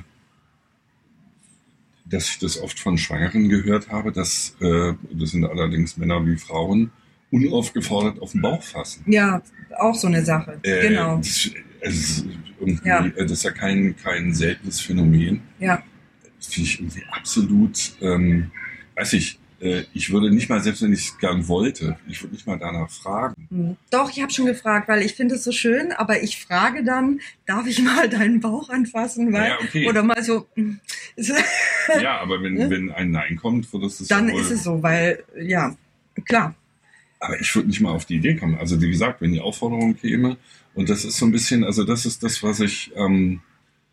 dass ich das oft von Schwangeren gehört habe, dass, äh, das sind allerdings Männer wie Frauen, unaufgefordert auf den Bauch fassen. Ja, auch so eine Sache, äh, genau. Das, also irgendwie, ja. Das ist ja kein, kein seltenes Phänomen. Ja. Das finde ich irgendwie absolut, ähm, weiß ich, ich würde nicht mal, selbst wenn ich es gern wollte, ich würde nicht mal danach fragen. Doch, ich habe schon gefragt, weil ich finde es so schön, aber ich frage dann, darf ich mal deinen Bauch anfassen? Weil, ja, okay. Oder mal so. Ja, aber wenn, wenn ein Nein kommt, wird es dann ja wohl, ist es so, weil, ja, klar. Aber ich würde nicht mal auf die Idee kommen. Also wie gesagt, wenn die Aufforderung käme, und das ist so ein bisschen, also das ist das, was ich, ähm,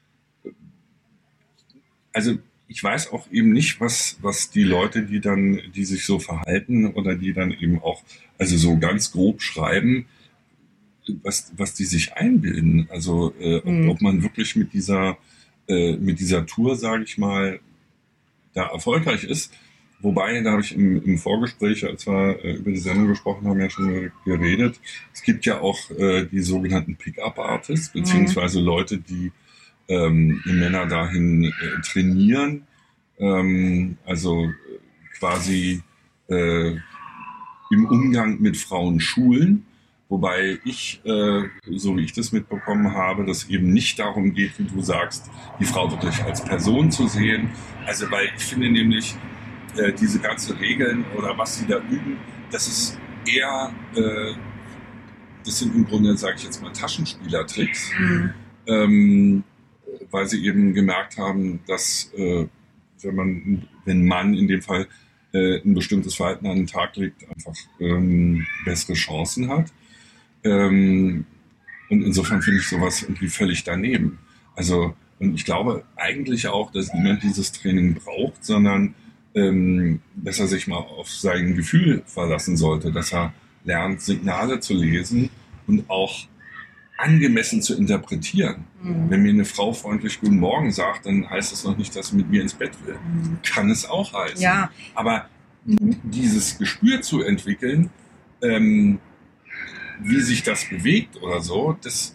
also ich weiß auch eben nicht, was, was die Leute, die dann, die sich so verhalten oder die dann eben auch, also so ganz grob schreiben, was, was die sich einbilden. Also äh, ob, mhm. ob man wirklich mit dieser, äh, mit dieser Tour, sage ich mal, da erfolgreich ist. Wobei, da habe ich im, im Vorgespräch, als wir äh, über die Sendung gesprochen haben, ja schon geredet. Es gibt ja auch äh, die sogenannten Pick-up-Artists, beziehungsweise mhm. Leute, die Ähm, Männer dahin äh, trainieren, ähm, also äh, quasi äh, im Umgang mit Frauen schulen, wobei ich, äh, so wie ich das mitbekommen habe, dass eben nicht darum geht, wie du sagst, die Frau wirklich als Person zu sehen. Also weil ich finde nämlich, äh, diese ganzen Regeln oder was sie da üben, das ist eher, äh, das sind im Grunde, sage ich jetzt mal, Taschenspielertricks. Mhm. Ähm, weil sie eben gemerkt haben, dass äh, wenn man, wenn man in dem Fall äh, ein bestimmtes Verhalten an den Tag legt, einfach ähm, bessere Chancen hat. Ähm, und insofern finde ich sowas irgendwie völlig daneben. Also, und ich glaube eigentlich auch, dass niemand dieses Training braucht, sondern ähm, dass er sich mal auf sein Gefühl verlassen sollte, dass er lernt, Signale zu lesen und auch angemessen zu interpretieren. Mhm. Wenn mir eine Frau freundlich Guten Morgen sagt, dann heißt das noch nicht, dass sie mit mir ins Bett will. Mhm. Kann es auch heißen. Ja. Aber mhm. dieses Gespür zu entwickeln, ähm, wie sich das bewegt oder so, das,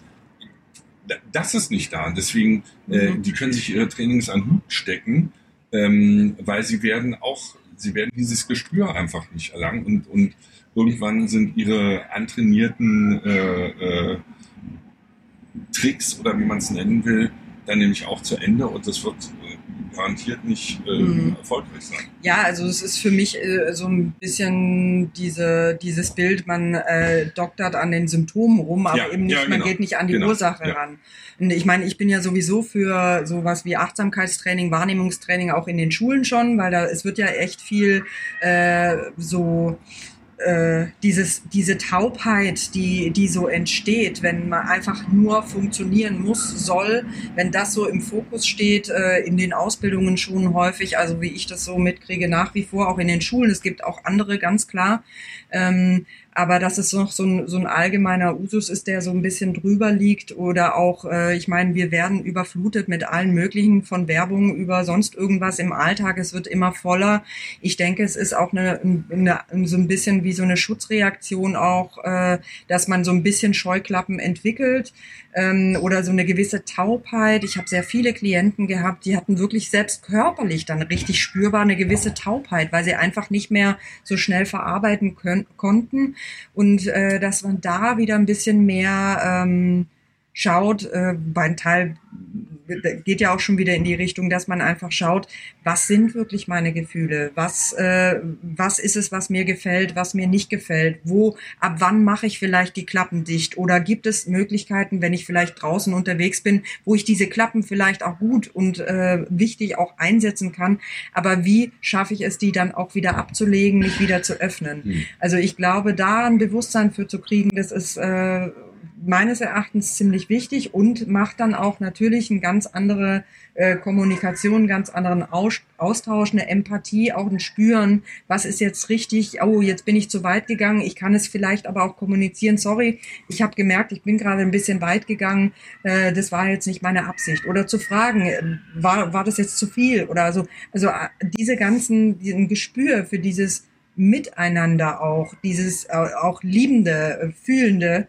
das ist nicht da. Und deswegen, mhm. äh, die können sich ihre Trainings an den Hut stecken, ähm, weil sie werden auch, sie werden dieses Gespür einfach nicht erlangen und, und irgendwann sind ihre antrainierten äh, äh, Tricks oder wie man es nennen will, dann nämlich auch zu Ende und das wird äh, garantiert nicht äh, mhm. erfolgreich sein. Ja, also es ist für mich äh, so ein bisschen diese, dieses Bild, man äh, doktert an den Symptomen rum, aber ja, eben nicht, ja, genau. man geht nicht an die genau. Ursache ja. ran. Und ich meine, ich bin ja sowieso für sowas wie Achtsamkeitstraining, Wahrnehmungstraining auch in den Schulen schon, weil da es wird ja echt viel äh, so Äh, dieses, diese Taubheit, die, die so entsteht, wenn man einfach nur funktionieren muss, soll, wenn das so im Fokus steht, äh, in den Ausbildungen schon häufig, also wie ich das so mitkriege, nach wie vor auch in den Schulen, es gibt auch andere, ganz klar, ähm, Aber dass es noch so ein, so ein allgemeiner Usus ist, der so ein bisschen drüber liegt oder auch, äh, ich meine, wir werden überflutet mit allen möglichen von Werbung über sonst irgendwas im Alltag. Es wird immer voller. Ich denke, es ist auch eine, eine so ein bisschen wie so eine Schutzreaktion auch, äh, dass man so ein bisschen Scheuklappen entwickelt ähm, oder so eine gewisse Taubheit. Ich habe sehr viele Klienten gehabt, die hatten wirklich selbst körperlich dann richtig spürbar eine gewisse Taubheit, weil sie einfach nicht mehr so schnell verarbeiten können, konnten. Und äh, dass man da wieder ein bisschen mehr ähm, schaut, äh, beim Teil geht ja auch schon wieder in die Richtung, dass man einfach schaut, was sind wirklich meine Gefühle, was äh, was ist es, was mir gefällt, was mir nicht gefällt, wo, ab wann mache ich vielleicht die Klappen dicht oder gibt es Möglichkeiten, wenn ich vielleicht draußen unterwegs bin, wo ich diese Klappen vielleicht auch gut und äh, wichtig auch einsetzen kann, aber wie schaffe ich es, die dann auch wieder abzulegen, nicht wieder zu öffnen? Hm. Also ich glaube, da ein Bewusstsein für zu kriegen, das ist äh, meines Erachtens ziemlich wichtig und macht dann auch natürlich eine ganz andere äh, Kommunikation, einen ganz anderen Aus Austausch, eine Empathie, auch ein Spüren, was ist jetzt richtig, oh, jetzt bin ich zu weit gegangen, ich kann es vielleicht aber auch kommunizieren, sorry, ich habe gemerkt, ich bin gerade ein bisschen weit gegangen, äh, das war jetzt nicht meine Absicht. Oder zu fragen, war, war das jetzt zu viel? Oder so, also diese ganzen, diesen Gespür für dieses Miteinander auch, dieses auch liebende, fühlende,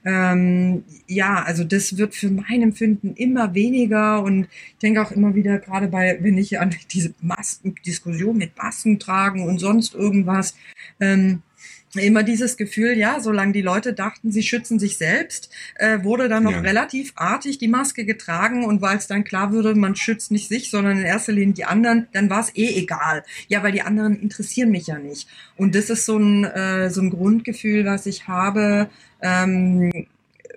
ähm, ja, also das wird für mein Empfinden immer weniger und ich denke auch immer wieder, gerade bei, wenn ich an diese Maskendiskussion mit Masken tragen und sonst irgendwas, ähm, immer dieses Gefühl, ja, solange die Leute dachten, sie schützen sich selbst, äh, wurde dann noch ja. relativ artig die Maske getragen und weil es dann klar würde, man schützt nicht sich, sondern in erster Linie die anderen, dann war es eh egal. Ja, weil die anderen interessieren mich ja nicht. Und das ist so ein, äh, so ein Grundgefühl, was ich habe, ähm,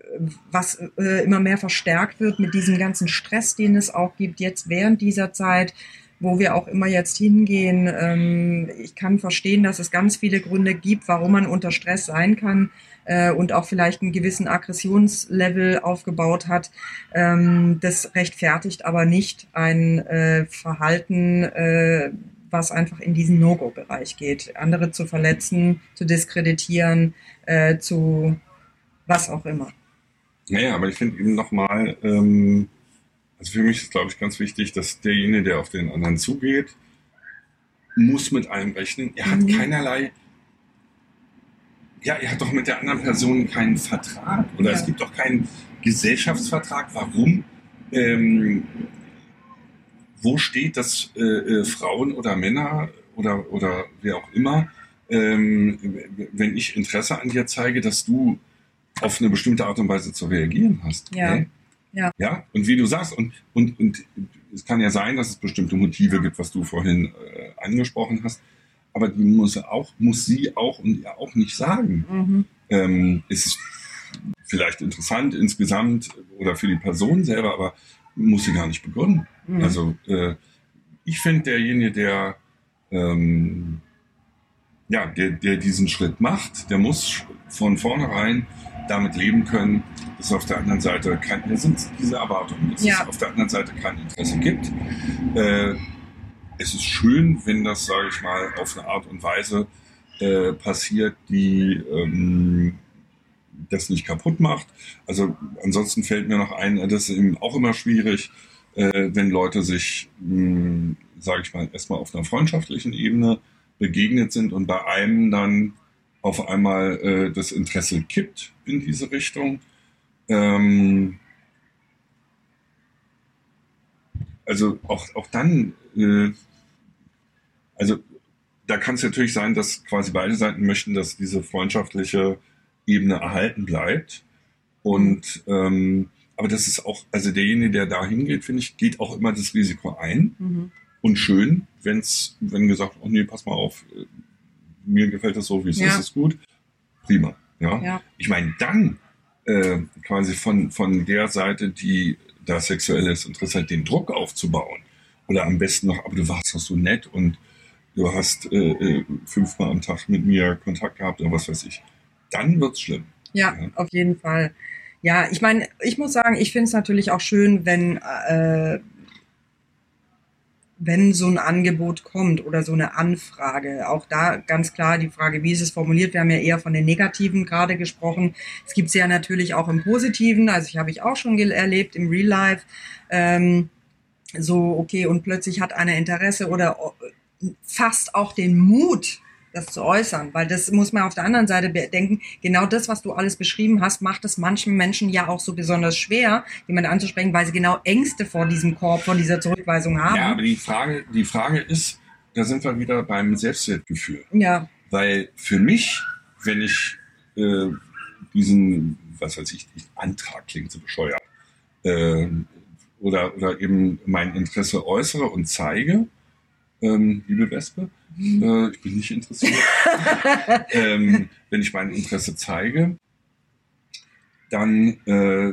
was äh, immer mehr verstärkt wird mit diesem ganzen Stress, den es auch gibt jetzt während dieser Zeit, wo wir auch immer jetzt hingehen. Ähm, ich kann verstehen, dass es ganz viele Gründe gibt, warum man unter Stress sein kann äh, und auch vielleicht einen gewissen Aggressionslevel aufgebaut hat. Ähm, das rechtfertigt aber nicht ein äh, Verhalten, äh, was einfach in diesen No-Go-Bereich geht. Andere zu verletzen, zu diskreditieren, äh, zu was auch immer. Naja, aber ich finde eben nochmal, ähm also für mich ist, glaube ich, ganz wichtig, dass derjenige, der auf den anderen zugeht, muss mit allem rechnen. Er hat mhm. keinerlei, ja, er hat doch mit der anderen Person keinen Vertrag oder ja. es gibt doch keinen Gesellschaftsvertrag. Warum? Ähm, wo steht, dass äh, äh, Frauen oder Männer oder, oder wer auch immer, ähm, wenn ich Interesse an dir zeige, dass du auf eine bestimmte Art und Weise zu reagieren hast? Ja. Okay? Ja. Ja, und wie du sagst, und, und, und es kann ja sein, dass es bestimmte Motive gibt, was du vorhin äh, angesprochen hast, aber die muss auch, muss sie auch und er auch nicht sagen. Mhm. Ähm, es ist vielleicht interessant insgesamt oder für die Person selber, aber muss sie gar nicht begründen. Mhm. Also äh, ich finde, derjenige, der, ähm, ja, der, der diesen Schritt macht, der muss von vornherein damit leben können, dass auf der anderen Seite kein, das sind diese Erwartungen, dass ja. es auf der anderen Seite kein Interesse gibt. Äh, es ist schön, wenn das, sage ich mal, auf eine Art und Weise äh, passiert, die ähm, das nicht kaputt macht. Also ansonsten fällt mir noch ein, das ist eben auch immer schwierig, äh, wenn Leute sich, sage ich mal, erstmal auf einer freundschaftlichen Ebene begegnet sind und bei einem dann auf einmal äh, das Interesse kippt in diese Richtung. Ähm, also auch, auch dann, äh, also da kann es natürlich sein, dass quasi beide Seiten möchten, dass diese freundschaftliche Ebene erhalten bleibt. Und ähm, aber das ist auch, also derjenige, der da hingeht, finde ich, geht auch immer das Risiko ein. Mhm. Und schön, wenn's, wenn gesagt, oh nee, pass mal auf, mir gefällt das so, wie es ja. ist, ist gut. Prima. Ja. ja. Ich meine, dann äh, quasi von, von der Seite, die da sexuelles Interesse hat, den Druck aufzubauen. Oder am besten noch, aber du warst doch so nett und du hast äh, fünfmal am Tag mit mir Kontakt gehabt oder was weiß ich. Dann wird's schlimm. Ja, ja. Auf jeden Fall. Ja, ich meine, ich muss sagen, ich finde es natürlich auch schön, wenn äh, wenn so ein Angebot kommt oder so eine Anfrage, auch da ganz klar die Frage, wie ist es formuliert? Wir haben ja eher von den Negativen gerade gesprochen. Es gibt es ja natürlich auch im Positiven, also ich habe ich auch schon erlebt im Real Life, ähm, so okay, und plötzlich hat einer Interesse oder fast auch den Mut, das zu äußern, weil das muss man auf der anderen Seite bedenken, genau das, was du alles beschrieben hast, macht es manchen Menschen ja auch so besonders schwer, jemanden anzusprechen, weil sie genau Ängste vor diesem Korb, vor dieser Zurückweisung haben. Ja, aber die Frage, die Frage ist, da sind wir wieder beim Selbstwertgefühl. Ja. Weil für mich, wenn ich äh, diesen, was weiß ich, Antrag klingt so bescheuert, äh, oder, oder eben mein Interesse äußere und zeige, ähm, liebe Wespe, äh, ich bin nicht interessiert. ähm, wenn ich mein Interesse zeige, dann äh,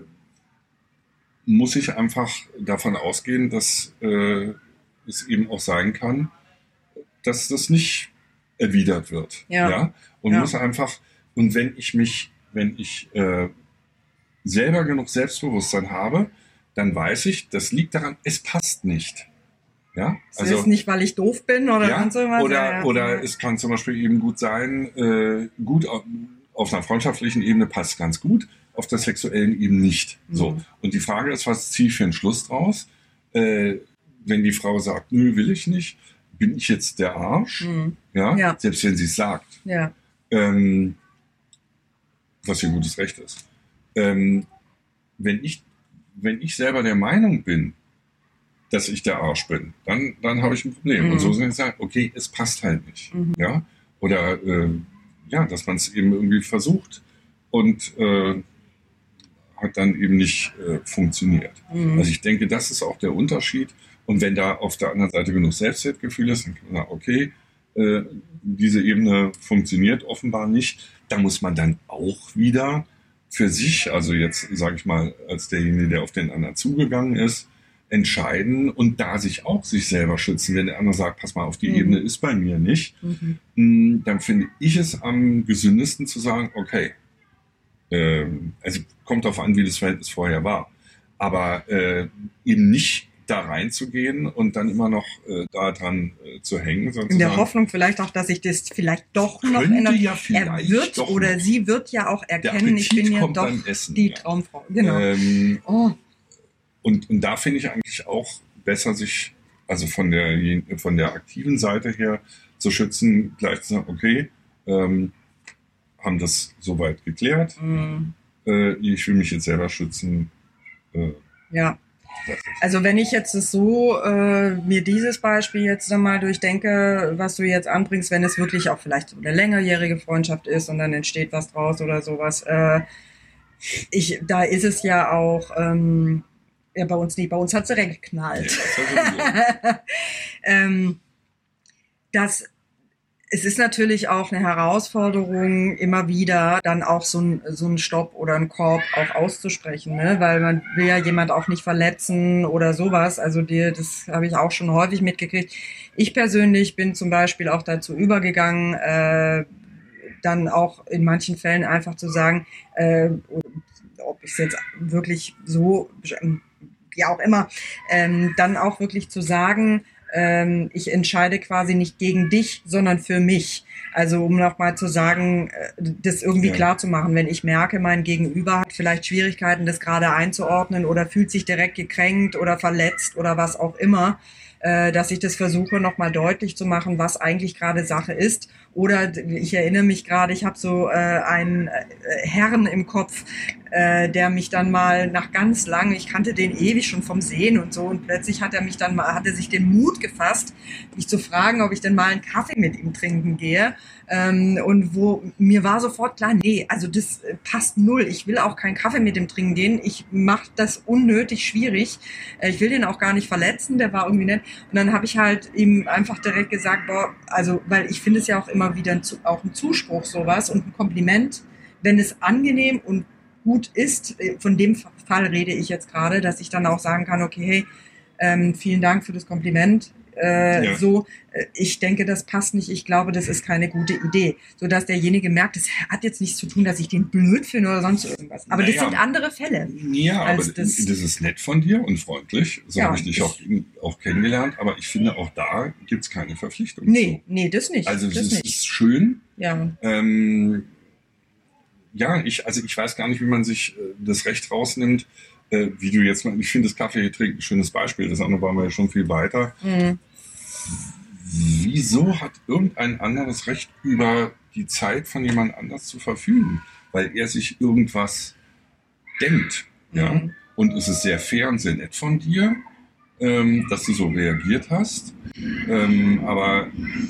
muss ich einfach davon ausgehen, dass äh, es eben auch sein kann, dass das nicht erwidert wird. Ja. Ja? Und Ja. muss einfach, und wenn ich mich, wenn ich äh, selber genug Selbstbewusstsein habe, dann weiß ich, das liegt daran, es passt nicht. Ja, es also, ist nicht, weil ich doof bin oder ja, so was. Oder, ja, oder ja. es kann zum Beispiel eben gut sein, äh, gut auf, auf einer freundschaftlichen Ebene passt ganz gut, auf der sexuellen eben nicht. Mhm. So. Und die Frage ist, was ziehe ich für einen Schluss draus? Äh, wenn die Frau sagt, nö, will ich nicht, bin ich jetzt der Arsch? Mhm. Ja? ja, selbst wenn sie es sagt. Ja. Ähm, was ihr gutes Recht ist. Ähm, wenn ich, wenn ich selber der Meinung bin, dass ich der Arsch bin, dann, dann habe ich ein Problem. Mhm. Und so sind ich sagen, okay, es passt halt nicht. Mhm. Ja? Oder äh, ja, dass man es eben irgendwie versucht und äh, hat dann eben nicht äh, funktioniert. Mhm. Also ich denke, das ist auch der Unterschied. Und wenn da auf der anderen Seite genug Selbstwertgefühl ist, dann kann man sagen, okay, äh, diese Ebene funktioniert offenbar nicht. Da muss man dann auch wieder für sich, also jetzt sage ich mal, als derjenige, der auf den anderen zugegangen ist, entscheiden und da sich auch sich selber schützen. Wenn der andere sagt, pass mal auf, die mhm. Ebene ist bei mir nicht, mhm. dann finde ich es am gesündesten zu sagen, okay, ähm, also kommt darauf an, wie das Verhältnis vorher war, aber äh, eben nicht da reinzugehen und dann immer noch äh, da dran äh, zu hängen. Sozusagen. In der Hoffnung vielleicht auch, dass sich das vielleicht doch noch ändert. Ja er wird oder noch. Sie wird ja auch erkennen, ich bin ja doch Essen, die ja. Traumfrau. Genau. Ähm, oh. Und, und da finde ich eigentlich auch besser, sich also von der, von der aktiven Seite her zu schützen, gleich zu sagen, okay, ähm, haben das soweit geklärt. Mm. Äh, ich will mich jetzt selber schützen. Äh, ja. Also wenn ich jetzt das so, äh, mir dieses Beispiel jetzt mal durchdenke, was du jetzt anbringst, wenn es wirklich auch vielleicht so eine längerjährige Freundschaft ist und dann entsteht was draus oder sowas, äh, ich, da ist es ja auch, ähm, ja, bei uns nicht. Bei uns hat es direkt geknallt. Ja, ähm, das, es ist natürlich auch eine Herausforderung, immer wieder dann auch so ein, so ein Stopp oder ein Korb auch auszusprechen, ne? Weil man will ja jemand auch nicht verletzen oder sowas. Also die, das habe ich auch schon häufig mitgekriegt. Ich persönlich bin zum Beispiel auch dazu übergegangen, äh, dann auch in manchen Fällen einfach zu sagen, äh, ob ich es jetzt wirklich so, ja auch immer, ähm, dann auch wirklich zu sagen, ähm, ich entscheide quasi nicht gegen dich, sondern für mich. Also um nochmal zu sagen, das irgendwie ja. klar zu machen, wenn ich merke, mein Gegenüber hat vielleicht Schwierigkeiten, das gerade einzuordnen oder fühlt sich direkt gekränkt oder verletzt oder was auch immer, äh, dass ich das versuche nochmal deutlich zu machen, was eigentlich gerade Sache ist. Oder ich erinnere mich gerade, ich habe so äh, einen äh, Herrn im Kopf, äh, der mich dann mal nach ganz lang, ich kannte den ewig schon vom Sehen und so, und plötzlich hat er mich dann mal, hat er sich den Mut gefasst, mich zu fragen, ob ich denn mal einen Kaffee mit ihm trinken gehe. Ähm, und wo mir war sofort klar, nee, also das passt null. Ich will auch keinen Kaffee mit ihm trinken gehen. Ich mache das unnötig schwierig. Äh, ich will den auch gar nicht verletzen. Der war irgendwie nett. Und dann habe ich halt ihm einfach direkt gesagt, boah, also, weil ich finde es ja auch immer wieder ein, auch ein Zuspruch sowas und ein Kompliment, wenn es angenehm und gut ist. Von dem Fall rede ich jetzt gerade, dass ich dann auch sagen kann, okay, hey, ähm, vielen Dank für das Kompliment. äh, Ja. so, äh, ich denke, das passt nicht, ich glaube, das ist keine gute Idee. Sodass derjenige merkt, das hat jetzt nichts zu tun, dass ich den blöd finde oder sonst irgendwas. Aber Naja. das sind andere Fälle. Ja, aber als das, das- das ist nett von dir und freundlich. So Ja, habe ich dich ich- auch, auch kennengelernt. Aber ich finde, auch da gibt es keine Verpflichtung Nee, zu. nee, das nicht. Also es das ist, nicht. ist schön. Ja. Ähm, ja, ich, also ich weiß gar nicht, wie man sich äh, das Recht rausnimmt, äh, wie du jetzt mal, ich finde das Kaffee trinken ein schönes Beispiel, das andere waren wir ja schon viel weiter. Mhm. Wieso hat irgendein anderes Recht über die Zeit von jemand anders zu verfügen? Weil er sich irgendwas denkt. Ja? Mhm. Und es ist sehr fair und sehr nett von dir, ähm, dass du so reagiert hast. Ähm, aber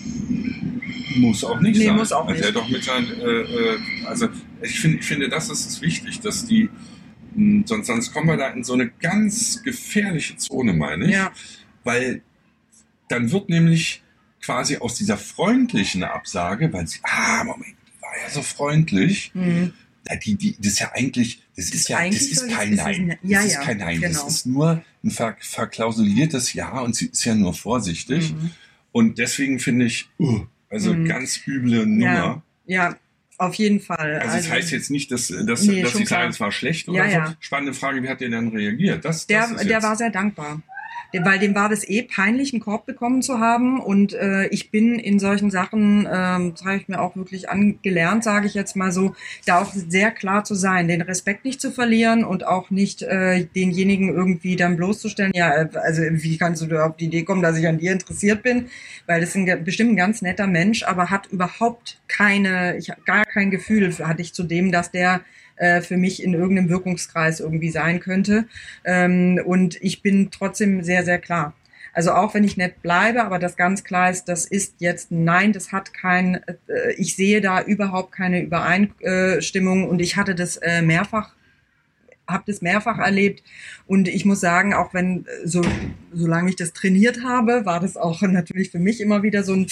muss auch nicht Nee, sein. muss auch also er nicht. doch mit seinen, äh, äh, also ich finde, ich finde, das ist es wichtig, dass die, mh, sonst, sonst kommen wir da in so eine ganz gefährliche Zone, meine ich. Ja. Weil dann wird nämlich quasi aus dieser freundlichen Absage, weil sie, ah, Moment, die war ja so freundlich, Mhm. ja, die, die, das ist ja eigentlich, das ist ja, das eigentlich ist soll- kein ist es Nein. ein- ja, das ist ja, kein Nein. genau. Das ist nur ein ver, verklausuliertes Ja und sie ist ja nur vorsichtig. Mhm. Und deswegen finde ich, uh, also Mhm. ganz üble Nummer. Ja, auf jeden Fall. Also, das heißt jetzt nicht, dass, dass, Nee, dass schon ich sage, klar. es war schlecht Ja, oder so. ja. Spannende Frage, wie hat der denn reagiert? Das, Der, das ist der jetzt, war sehr dankbar. Der, weil dem war das eh peinlich, einen Korb bekommen zu haben. Und äh, ich bin in solchen Sachen, ähm, das habe ich mir auch wirklich angelernt, sage ich jetzt mal so, da auch sehr klar zu sein, den Respekt nicht zu verlieren und auch nicht äh, denjenigen irgendwie dann bloßzustellen. Ja, äh, also wie kannst du da auf die Idee kommen, dass ich an dir interessiert bin? Weil das ist ein, bestimmt ein ganz netter Mensch, aber hat überhaupt keine, ich hab gar kein Gefühl hatte ich zu dem, dass der äh, für mich in irgendeinem Wirkungskreis irgendwie sein könnte. Ähm, und ich bin trotzdem sehr, sehr klar. Also auch wenn ich nett bleibe, aber das ganz klar ist, das ist jetzt ein Nein, das hat kein, äh, ich sehe da überhaupt keine Übereinstimmung und ich hatte das äh, mehrfach, habe das mehrfach erlebt und ich muss sagen, auch wenn, so, solange ich das trainiert habe, war das auch natürlich für mich immer wieder so ein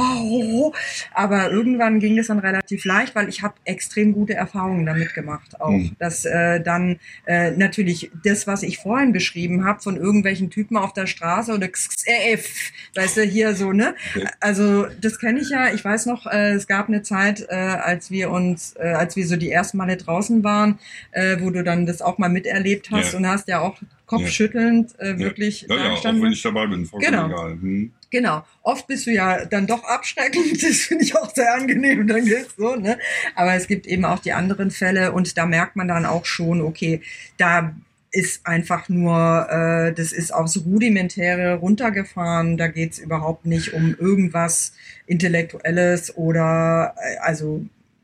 oh, aber irgendwann ging das dann relativ leicht, weil ich habe extrem gute Erfahrungen damit gemacht auch, Mhm. dass äh, dann äh, natürlich das, was ich vorhin beschrieben habe, von irgendwelchen Typen auf der Straße oder X X R F, weißt du, hier so, ne? Okay. Also das kenne ich ja, ich weiß noch, äh, es gab eine Zeit, äh, als wir uns, äh, als wir so die ersten Male draußen waren, äh, wo du dann das auch mal miterlebt hast Ja. und hast ja auch kopfschüttelnd äh, wirklich Ja, ja, auch dagestanden. wenn ich dabei bin, vollkommen Genau. egal. Hm. Genau. Oft bist du ja dann doch abschreckend. Das finde ich auch sehr angenehm. Dann geht's so, ne? Aber es gibt eben auch die anderen Fälle und da merkt man dann auch schon, okay, da ist einfach nur, äh, das ist aufs Rudimentäre runtergefahren. Da geht's überhaupt nicht um irgendwas Intellektuelles oder äh, also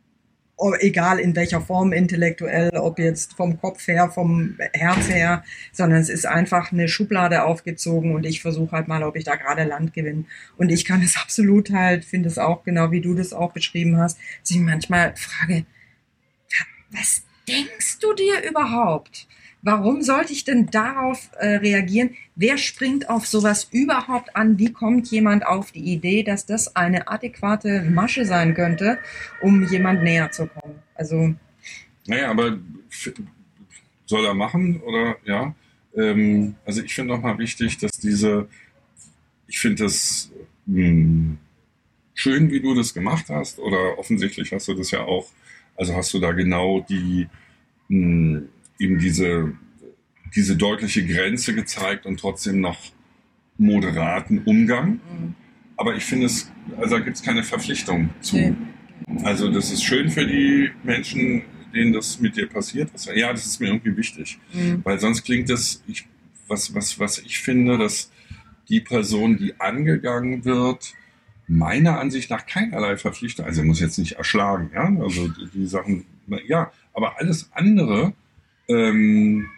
o- egal in welcher Form intellektuell, ob jetzt vom Kopf her, vom Herz her, sondern es ist einfach eine Schublade aufgezogen und ich versuche halt mal, ob ich da gerade Land gewinne. Und ich kann es absolut halt, finde es auch genau, wie du das auch beschrieben hast, dass ich manchmal frage, was denkst du dir überhaupt? Warum sollte ich denn darauf äh, reagieren? Wer springt auf sowas überhaupt an? Wie kommt jemand auf die Idee, dass das eine adäquate Masche sein könnte, um jemand näher zu kommen? Also, Naja, aber f- soll er machen oder ja? Ähm, also ich finde nochmal wichtig, dass diese, ich finde das mh, schön, wie du das gemacht hast oder offensichtlich hast du das ja auch, also hast du da genau die, mh, eben diese, diese deutliche Grenze gezeigt und trotzdem noch moderaten Umgang. mh, Aber ich finde es, also da gibt es keine Verpflichtung zu. nee. Also das ist schön für die Menschen, denen das mit dir passiert. Was, ja, das ist mir irgendwie wichtig. mh, Weil sonst klingt das, ich, was, was, was ich finde, dass die Person, die angegangen wird, meiner Ansicht nach keinerlei Verpflichtung, also er muss jetzt nicht erschlagen, ja, also die, die Sachen, ja, aber alles andere, ähm,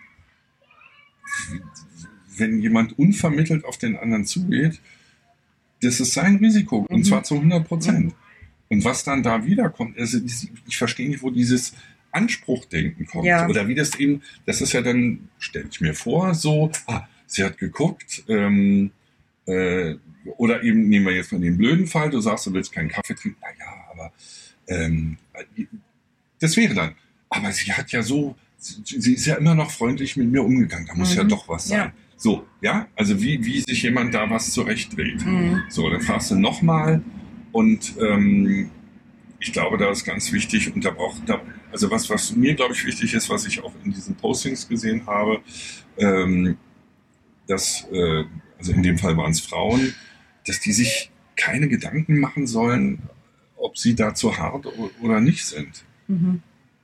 wenn jemand unvermittelt auf den anderen zugeht, das ist sein Risiko, und Mhm. zwar zu hundert Prozent. Und was dann da wiederkommt, also ich verstehe nicht, wo dieses Anspruchdenken kommt. Ja. Oder wie das eben, das ist ja dann, stelle ich mir vor, so, ah, sie hat geguckt, ähm, äh, oder eben nehmen wir jetzt mal den blöden Fall, du sagst, du willst keinen Kaffee trinken, naja, aber ähm, das wäre dann. Aber sie hat ja so, sie, sie ist ja immer noch freundlich mit mir umgegangen, da muss Mhm. ja doch was sein. Ja. So, ja, also wie, wie sich jemand da was zurechtdreht. Mhm. So, dann fragst du nochmal und ähm, ich glaube, da ist ganz wichtig und da braucht, da, also was, was mir, glaube ich, wichtig ist, was ich auch in diesen Postings gesehen habe, ähm, dass, äh, also in dem Fall waren es Frauen, dass die sich keine Gedanken machen sollen, ob sie da zu hart oder nicht sind. Mhm.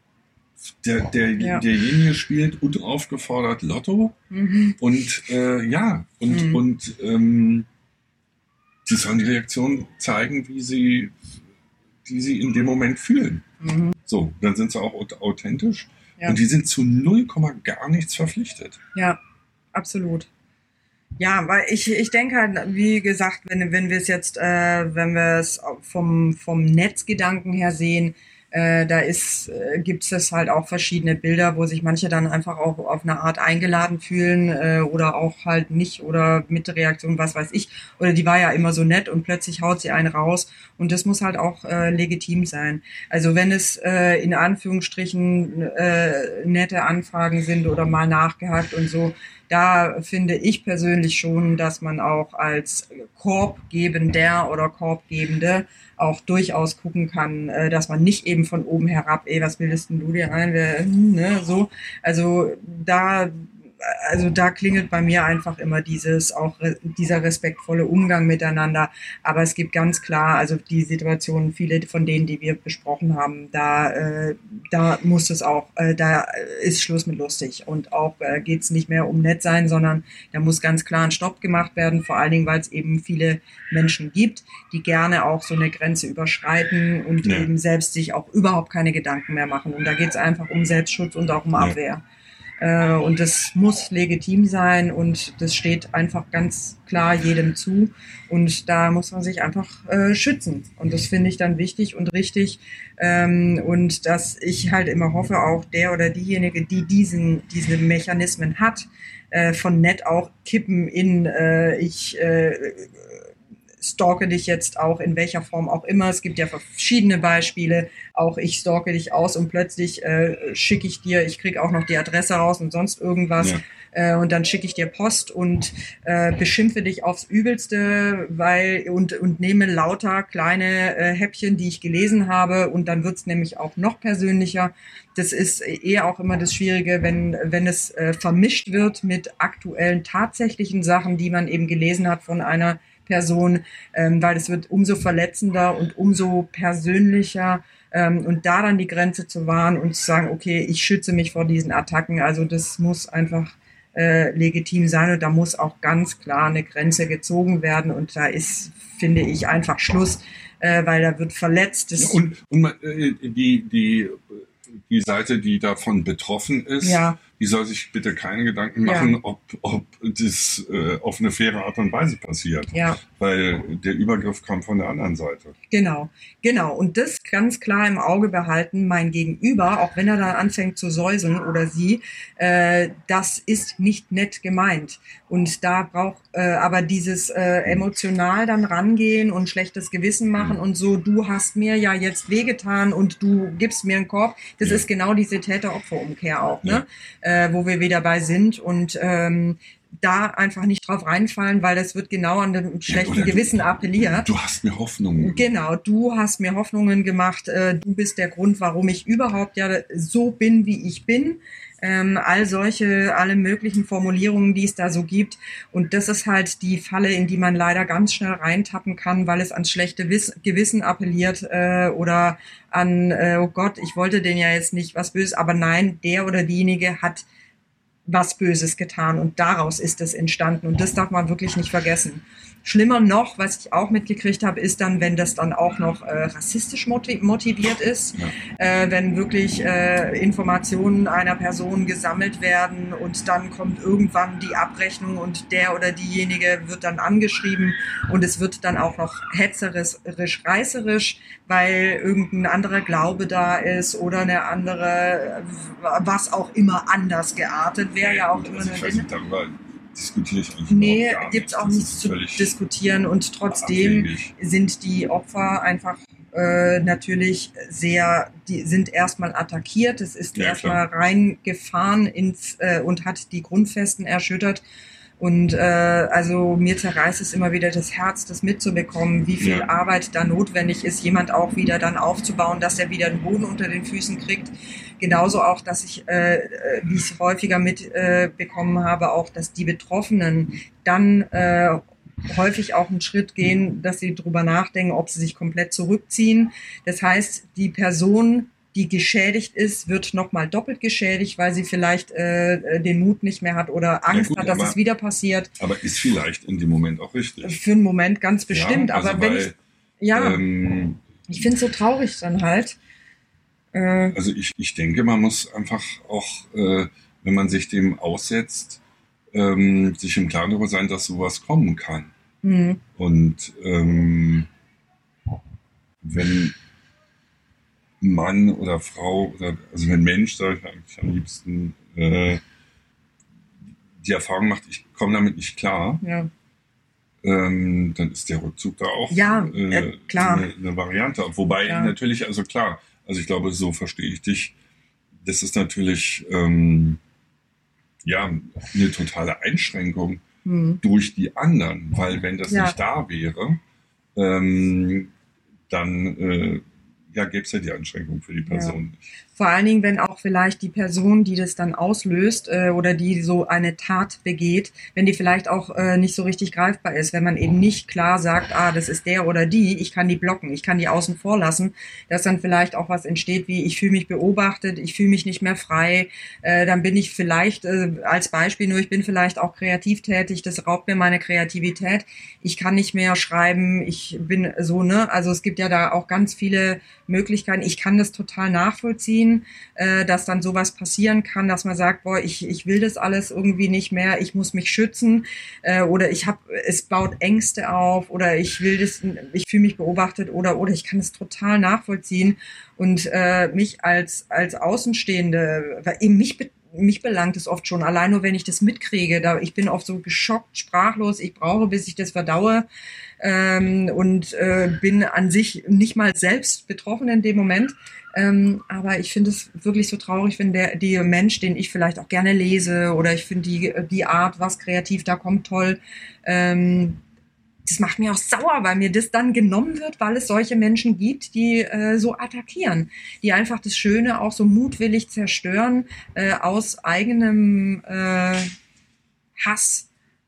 Der, der, Ja. Derjenige spielt unaufgefordert Lotto Mhm. und äh, ja, und, Mhm. und ähm, die sollen die Reaktion zeigen, wie sie, die sie in dem Moment fühlen. Mhm. So, dann sind sie auch authentisch Ja. und die sind zu null Komma gar nichts verpflichtet. Ja, absolut. Ja, weil ich, ich denke halt, wie gesagt, wenn, wenn wir es jetzt, äh, wenn wir es vom, vom Netzgedanken her sehen, äh, da ist, äh, gibt es halt auch verschiedene Bilder, wo sich manche dann einfach auch auf eine Art eingeladen fühlen äh, oder auch halt nicht oder mit Reaktion, was weiß ich. Oder die war ja immer so nett und plötzlich haut sie einen raus und das muss halt auch äh, legitim sein. Also wenn es äh, in Anführungsstrichen äh, nette Anfragen sind oder mal nachgehakt und so, da finde ich persönlich schon, dass man auch als Korbgebender oder Korbgebende auch durchaus gucken kann, äh, dass man nicht eben von oben herab, ey, was bildest denn du dir ein, wer, hm, ne, so. Also da, also da klingelt bei mir einfach immer dieses, auch re- dieser respektvolle Umgang miteinander. Aber es gibt ganz klar, also die Situationen, viele von denen, die wir besprochen haben, da, äh, da muss es auch, äh, da ist Schluss mit lustig. Und auch äh, geht es nicht mehr um nett sein, sondern da muss ganz klar ein Stopp gemacht werden, vor allen Dingen, weil es eben viele Menschen gibt, die gerne auch so eine Grenze überschreiten und Ja. eben selbst sich auch überhaupt keine Gedanken mehr machen. Und da geht es einfach um Selbstschutz und auch um Ja. Abwehr. Äh, und das muss legitim sein und das steht einfach ganz klar jedem zu. Und da muss man sich einfach äh, schützen. Und das finde ich dann wichtig und richtig. Ähm, und dass ich halt immer hoffe, auch der oder diejenige, die diesen, diese Mechanismen hat, äh, von nett auch kippen in äh, ich äh, stalke dich jetzt auch in welcher Form auch immer. Es gibt ja verschiedene Beispiele. Auch ich stalke dich aus und plötzlich äh, schicke ich dir, ich kriege auch noch die Adresse raus und sonst irgendwas. Ja. Äh, und dann schicke ich dir Post und äh, beschimpfe dich aufs Übelste, weil und und nehme lauter kleine äh, Häppchen, die ich gelesen habe, und dann wird's nämlich auch noch persönlicher. Das ist eher auch immer das Schwierige, wenn wenn es äh, vermischt wird mit aktuellen tatsächlichen Sachen, die man eben gelesen hat von einer Person, ähm, weil es wird umso verletzender und umso persönlicher, ähm, und da dann die Grenze zu wahren und zu sagen, okay, ich schütze mich vor diesen Attacken, also das muss einfach äh, legitim sein und da muss auch ganz klar eine Grenze gezogen werden und da ist, finde ich, einfach Schluss, äh, weil da wird verletzt. Das, Ja, und und man, äh, die, die, die Seite, die davon betroffen ist, Ja. die soll sich bitte keine Gedanken Ja. machen, ob, ob das äh, auf eine faire Art und Weise passiert. Ja. Weil der Übergriff kam von der anderen Seite. Genau, genau. Und das ganz klar im Auge behalten, mein Gegenüber, auch wenn er dann anfängt zu säuseln oder sie, äh, das ist nicht nett gemeint. Und da braucht äh, aber dieses äh, emotional dann rangehen und schlechtes Gewissen machen und so, du hast mir ja jetzt wehgetan und du gibst mir einen Korb, das Ja. ist genau diese Täter-Opfer-Umkehr auch, ne? Äh, wo wir wieder bei sind und ähm, da einfach nicht drauf reinfallen, weil das wird genau an dem schlechten oder du- Gewissen appelliert. Du hast mir Hoffnung. Genau, du hast mir Hoffnungen gemacht, äh, du bist der Grund, warum ich überhaupt ja so bin, wie ich bin. Ähm, all solche, alle möglichen Formulierungen, die es da so gibt. Und das ist halt die Falle, in die man leider ganz schnell reintappen kann, weil es ans schlechte Wiss- Gewissen appelliert äh, oder an, äh, oh Gott, ich wollte den ja jetzt nicht was Böses, aber nein, der oder diejenige hat was Böses getan und daraus ist es entstanden und das darf man wirklich nicht vergessen. Schlimmer noch, was ich auch mitgekriegt habe, ist dann, wenn das dann auch noch äh, rassistisch motiv- motiviert ist, Ja. äh, wenn wirklich äh, Informationen einer Person gesammelt werden und dann kommt irgendwann die Abrechnung und der oder diejenige wird dann angeschrieben und es wird dann auch noch hetzerisch, reißerisch, weil irgendein anderer Glaube da ist oder eine andere, was auch immer anders geartet, wäre ja auch Gut, immer also ich weiß eine... nicht, darüber diskutiere ich eigentlich Nee, überhaupt gar gibt's nicht. auch Das nichts ist zu völlig diskutieren und trotzdem abwegig. sind die Opfer einfach äh, natürlich sehr, die sind erstmal attackiert, es ist Ja, erstmal reingefahren ins äh, und hat die Grundfesten erschüttert. Und äh, also mir zerreißt es immer wieder das Herz, das mitzubekommen, wie viel Ja. Arbeit da notwendig ist, jemand auch wieder dann aufzubauen, dass er wieder den Boden unter den Füßen kriegt. Genauso auch, dass ich, äh, wie ich es häufiger mitbekommen äh, habe, auch, dass die Betroffenen dann äh, häufig auch einen Schritt gehen, dass sie drüber nachdenken, ob sie sich komplett zurückziehen. Das heißt, die Person, die geschädigt ist, wird nochmal doppelt geschädigt, weil sie vielleicht äh, den Mut nicht mehr hat oder Angst ja, gut, hat, dass aber, es wieder passiert. Aber ist vielleicht in dem Moment auch richtig. Für einen Moment ganz bestimmt. Ja, also aber wenn weil, ich, ja, ähm, ich finde es so traurig dann halt. Äh, also ich, ich denke, man muss einfach auch, äh, wenn man sich dem aussetzt, ähm, sich im Klaren darüber sein, dass sowas kommen kann. Mhm. Und ähm, wenn Mann oder Frau oder also wenn Mensch, sage ich eigentlich am liebsten, äh, die Erfahrung macht, ich komme damit nicht klar, ja. ähm, dann ist der Rückzug da auch ja, äh, äh, klar. Eine, eine Variante. Wobei ja. natürlich, also klar, also ich glaube, so verstehe ich dich, das ist natürlich ähm, ja eine totale Einschränkung hm. durch die anderen, weil wenn das ja. nicht da wäre, ähm, dann äh, ja, gäbe es ja die Einschränkung für die Person ja. nicht. Vor allen Dingen, wenn auch vielleicht die Person, die das dann auslöst äh, oder die so eine Tat begeht, wenn die vielleicht auch äh, nicht so richtig greifbar ist, wenn man eben nicht klar sagt, ah, das ist der oder die, ich kann die blocken, ich kann die außen vor lassen, dass dann vielleicht auch was entsteht wie, ich fühle mich beobachtet, ich fühle mich nicht mehr frei, äh, dann bin ich vielleicht, äh, als Beispiel nur, ich bin vielleicht auch kreativ tätig, das raubt mir meine Kreativität, ich kann nicht mehr schreiben, ich bin so, ne, also es gibt ja da auch ganz viele Möglichkeiten, ich kann das total nachvollziehen, äh, dass dann sowas passieren kann, dass man sagt, boah, ich, ich will das alles irgendwie nicht mehr, ich muss mich schützen äh, oder ich habe, es baut Ängste auf oder ich will das, ich fühle mich beobachtet oder oder ich kann es total nachvollziehen und äh, mich als als Außenstehende, weil eben mich mich belangt es oft schon, allein nur wenn ich das mitkriege, da ich bin oft so geschockt, sprachlos, ich brauche, bis ich das verdaue ähm, und äh, bin an sich nicht mal selbst betroffen in dem Moment. Ähm, aber ich finde es wirklich so traurig, wenn der die Mensch, den ich vielleicht auch gerne lese oder ich finde die die Art, was kreativ da kommt, toll. Ähm, das macht mir auch sauer, weil mir das dann genommen wird, weil es solche Menschen gibt, die äh, so attackieren, die einfach das Schöne auch so mutwillig zerstören äh, aus eigenem äh, Hass,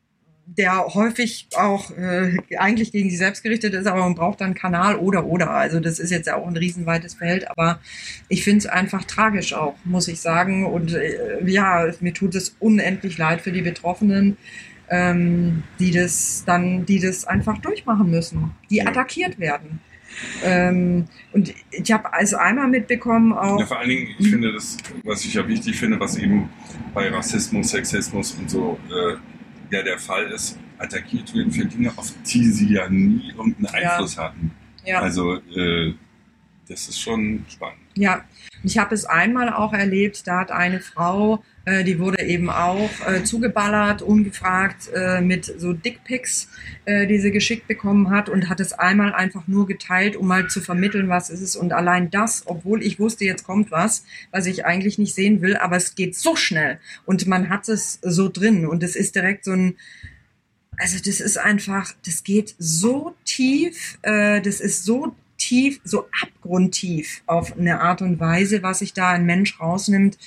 der häufig auch äh, eigentlich gegen sie selbst gerichtet ist, aber man braucht dann Kanal oder oder. Also das ist jetzt ja auch ein riesenweites Feld, aber ich finde es einfach tragisch auch, muss ich sagen. Und äh, ja, mir tut es unendlich leid für die Betroffenen, ähm, die das dann, die das einfach durchmachen müssen, die ja. attackiert werden. Ähm, und ich habe also einmal mitbekommen auch... Ja, vor allen Dingen, ich finde das, was ich ja wichtig finde, was eben bei Rassismus, Sexismus und so äh, ja der Fall ist, attackiert werden für Dinge, auf die sie ja nie irgendeinen Einfluss ja. hatten. Ja. Also äh, das ist schon spannend. Ja, ich habe es einmal auch erlebt, da hat eine Frau, äh, die wurde eben auch äh, zugeballert, ungefragt äh, mit so Dickpics, äh, die sie geschickt bekommen hat und hat es einmal einfach nur geteilt, um mal zu vermitteln, was ist es. Und allein das, obwohl ich wusste, jetzt kommt was, was ich eigentlich nicht sehen will, aber es geht so schnell und man hat es so drin und es ist direkt so ein, also das ist einfach, das geht so tief, äh, das ist so tief, so abgrundtief auf eine Art und Weise, was sich da ein Mensch rausnimmt.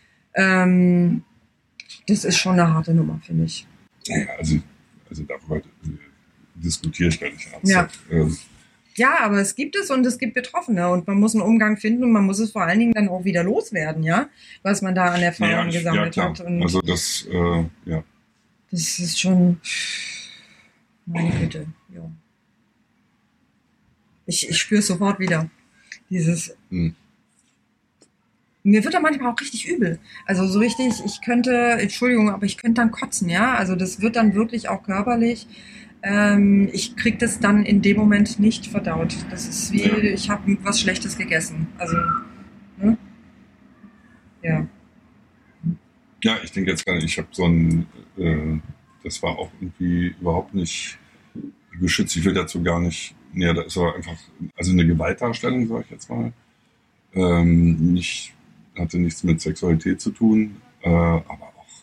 Ähm, das ist schon eine harte Nummer, finde ich. Ja, also, also darüber äh, diskutiere ich gar nicht ernsthaft. Ja. Ähm. ja, aber es gibt es und es gibt Betroffene und man muss einen Umgang finden und man muss es vor allen Dingen dann auch wieder loswerden, ja, was man da an Erfahrung ja, ich, gesammelt ja, hat. Und also das, äh, ja. Das ist schon, meine Güte, ja. Ich, ich spüre es sofort wieder. Dieses. Hm. Mir wird da manchmal auch richtig übel. Also so richtig, ich könnte, Entschuldigung, aber ich könnte dann kotzen, ja. Also das wird dann wirklich auch körperlich. Ähm, ich kriege das dann in dem Moment nicht verdaut. Das ist wie, ja. ich habe was Schlechtes gegessen. Also, ne? Ja. Ja, ich denke jetzt gar nicht, ich habe so ein, äh, das war auch irgendwie überhaupt nicht geschützt. Ich will dazu gar nicht. Ja, das war einfach, also eine Gewaltdarstellung, sage ich jetzt mal. Ähm, nicht, hatte nichts mit Sexualität zu tun, äh, aber auch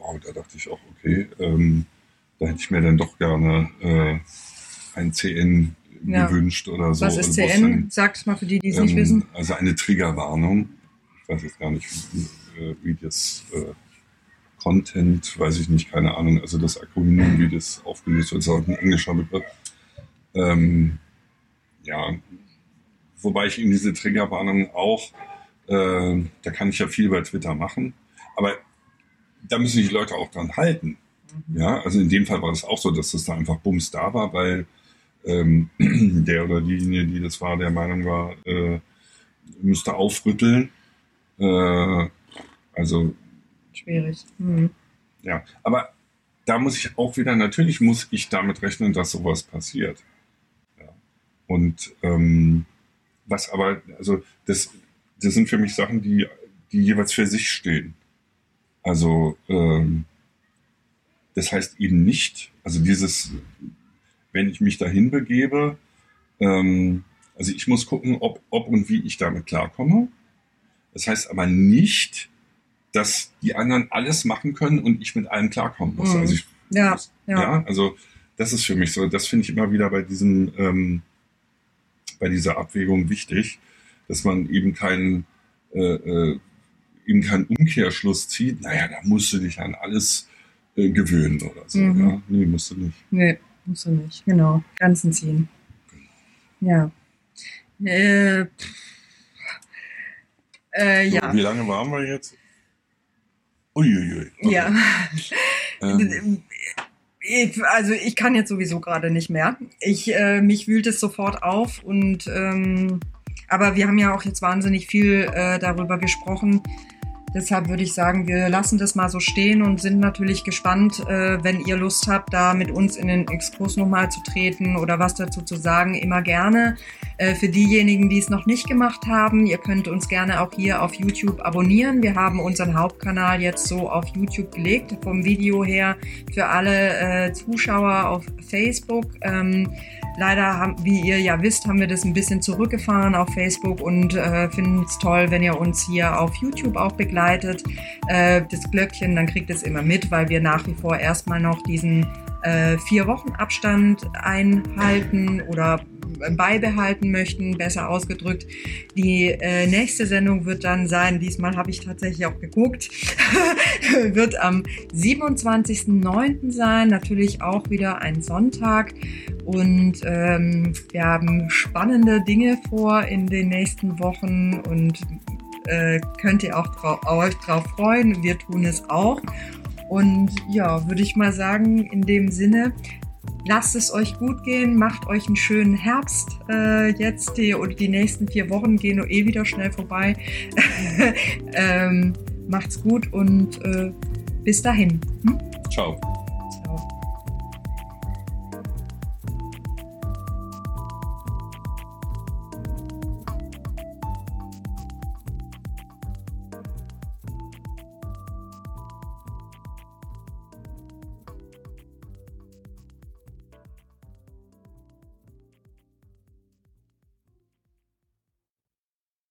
wow, da dachte ich auch, okay, ähm, da hätte ich mir dann doch gerne äh, ein C N Ja. gewünscht oder so. Was ist Also, C wo es N? dann, Sag's mal für die, die es ähm, nicht wissen. Also eine Triggerwarnung. Ich weiß jetzt gar nicht, wie, äh, wie das äh, Content, weiß ich nicht, keine Ahnung. Also das Akronym, wie das aufgelöst wird, ist auch ein englischer Begriff. Ähm, ja, wobei ich eben diese Triggerwarnung auch, äh, da kann ich ja viel bei Twitter machen, aber da müssen sich die Leute auch dran halten. Mhm. Ja, also in dem Fall war es auch so, dass das da einfach bums da war, weil ähm, der oder diejenige, die das war, der Meinung war, äh, müsste aufrütteln. Äh, also Schwierig. Mhm. ja, aber da muss ich auch wieder, natürlich muss ich damit rechnen, dass sowas passiert. Ja. Und ähm, was aber, also das, das sind für mich Sachen, die, die jeweils für sich stehen. Also ähm, das heißt eben nicht, also dieses, wenn ich mich dahin begebe, ähm, also ich muss gucken, ob, ob und wie ich damit klarkomme. Das heißt aber nicht, dass die anderen alles machen können und ich mit allem klarkommen muss. Mhm. Also ich, Ja, ja. ja, also das ist für mich so, das finde ich immer wieder bei diesem, ähm, bei dieser Abwägung wichtig, dass man eben keinen, äh, äh, eben keinen Umkehrschluss zieht. Naja, da musst du dich an alles äh, gewöhnen oder so. Mhm. Ja? Nee, musst du nicht. Nee, musst du nicht. Genau. Grenzen ziehen. Ja. Äh, pff. äh, So, ja. wie lange waren wir jetzt? Uiuiui. Okay. Ja. Ähm, Ich, also ich kann jetzt sowieso gerade nicht mehr. Ich, äh, mich wühlt es sofort auf und ähm, aber wir haben ja auch jetzt wahnsinnig viel äh, darüber gesprochen. Deshalb würde ich sagen, wir lassen das mal so stehen und sind natürlich gespannt, äh, wenn ihr Lust habt, da mit uns in den Exkurs nochmal zu treten oder was dazu zu sagen, immer gerne. Äh, für diejenigen, die es noch nicht gemacht haben, ihr könnt uns gerne auch hier auf YouTube abonnieren. Wir haben unseren Hauptkanal jetzt so auf YouTube gelegt, vom Video her für alle äh, Zuschauer auf Facebook. Ähm, Leider, haben, wie ihr ja wisst, haben wir das ein bisschen zurückgefahren auf Facebook und äh, finden es toll, wenn ihr uns hier auf YouTube auch begleitet. Äh, das Glöckchen, dann kriegt es immer mit, weil wir nach wie vor erstmal noch diesen äh, vier Wochen Abstand einhalten oder beibehalten möchten, besser ausgedrückt. Die äh, nächste Sendung wird dann sein, diesmal habe ich tatsächlich auch geguckt, wird am siebenundzwanzigsten neunten sein, natürlich auch wieder ein Sonntag. Und ähm, wir haben spannende Dinge vor in den nächsten Wochen und äh, könnt ihr auch trau- euch drauf freuen. Wir tun es auch. Und ja, würde ich mal sagen, in dem Sinne, lasst es euch gut gehen, macht euch einen schönen Herbst. Äh, jetzt die, und die nächsten vier Wochen gehen nur eh wieder schnell vorbei. ähm, macht's gut und äh, bis dahin. Hm? Ciao.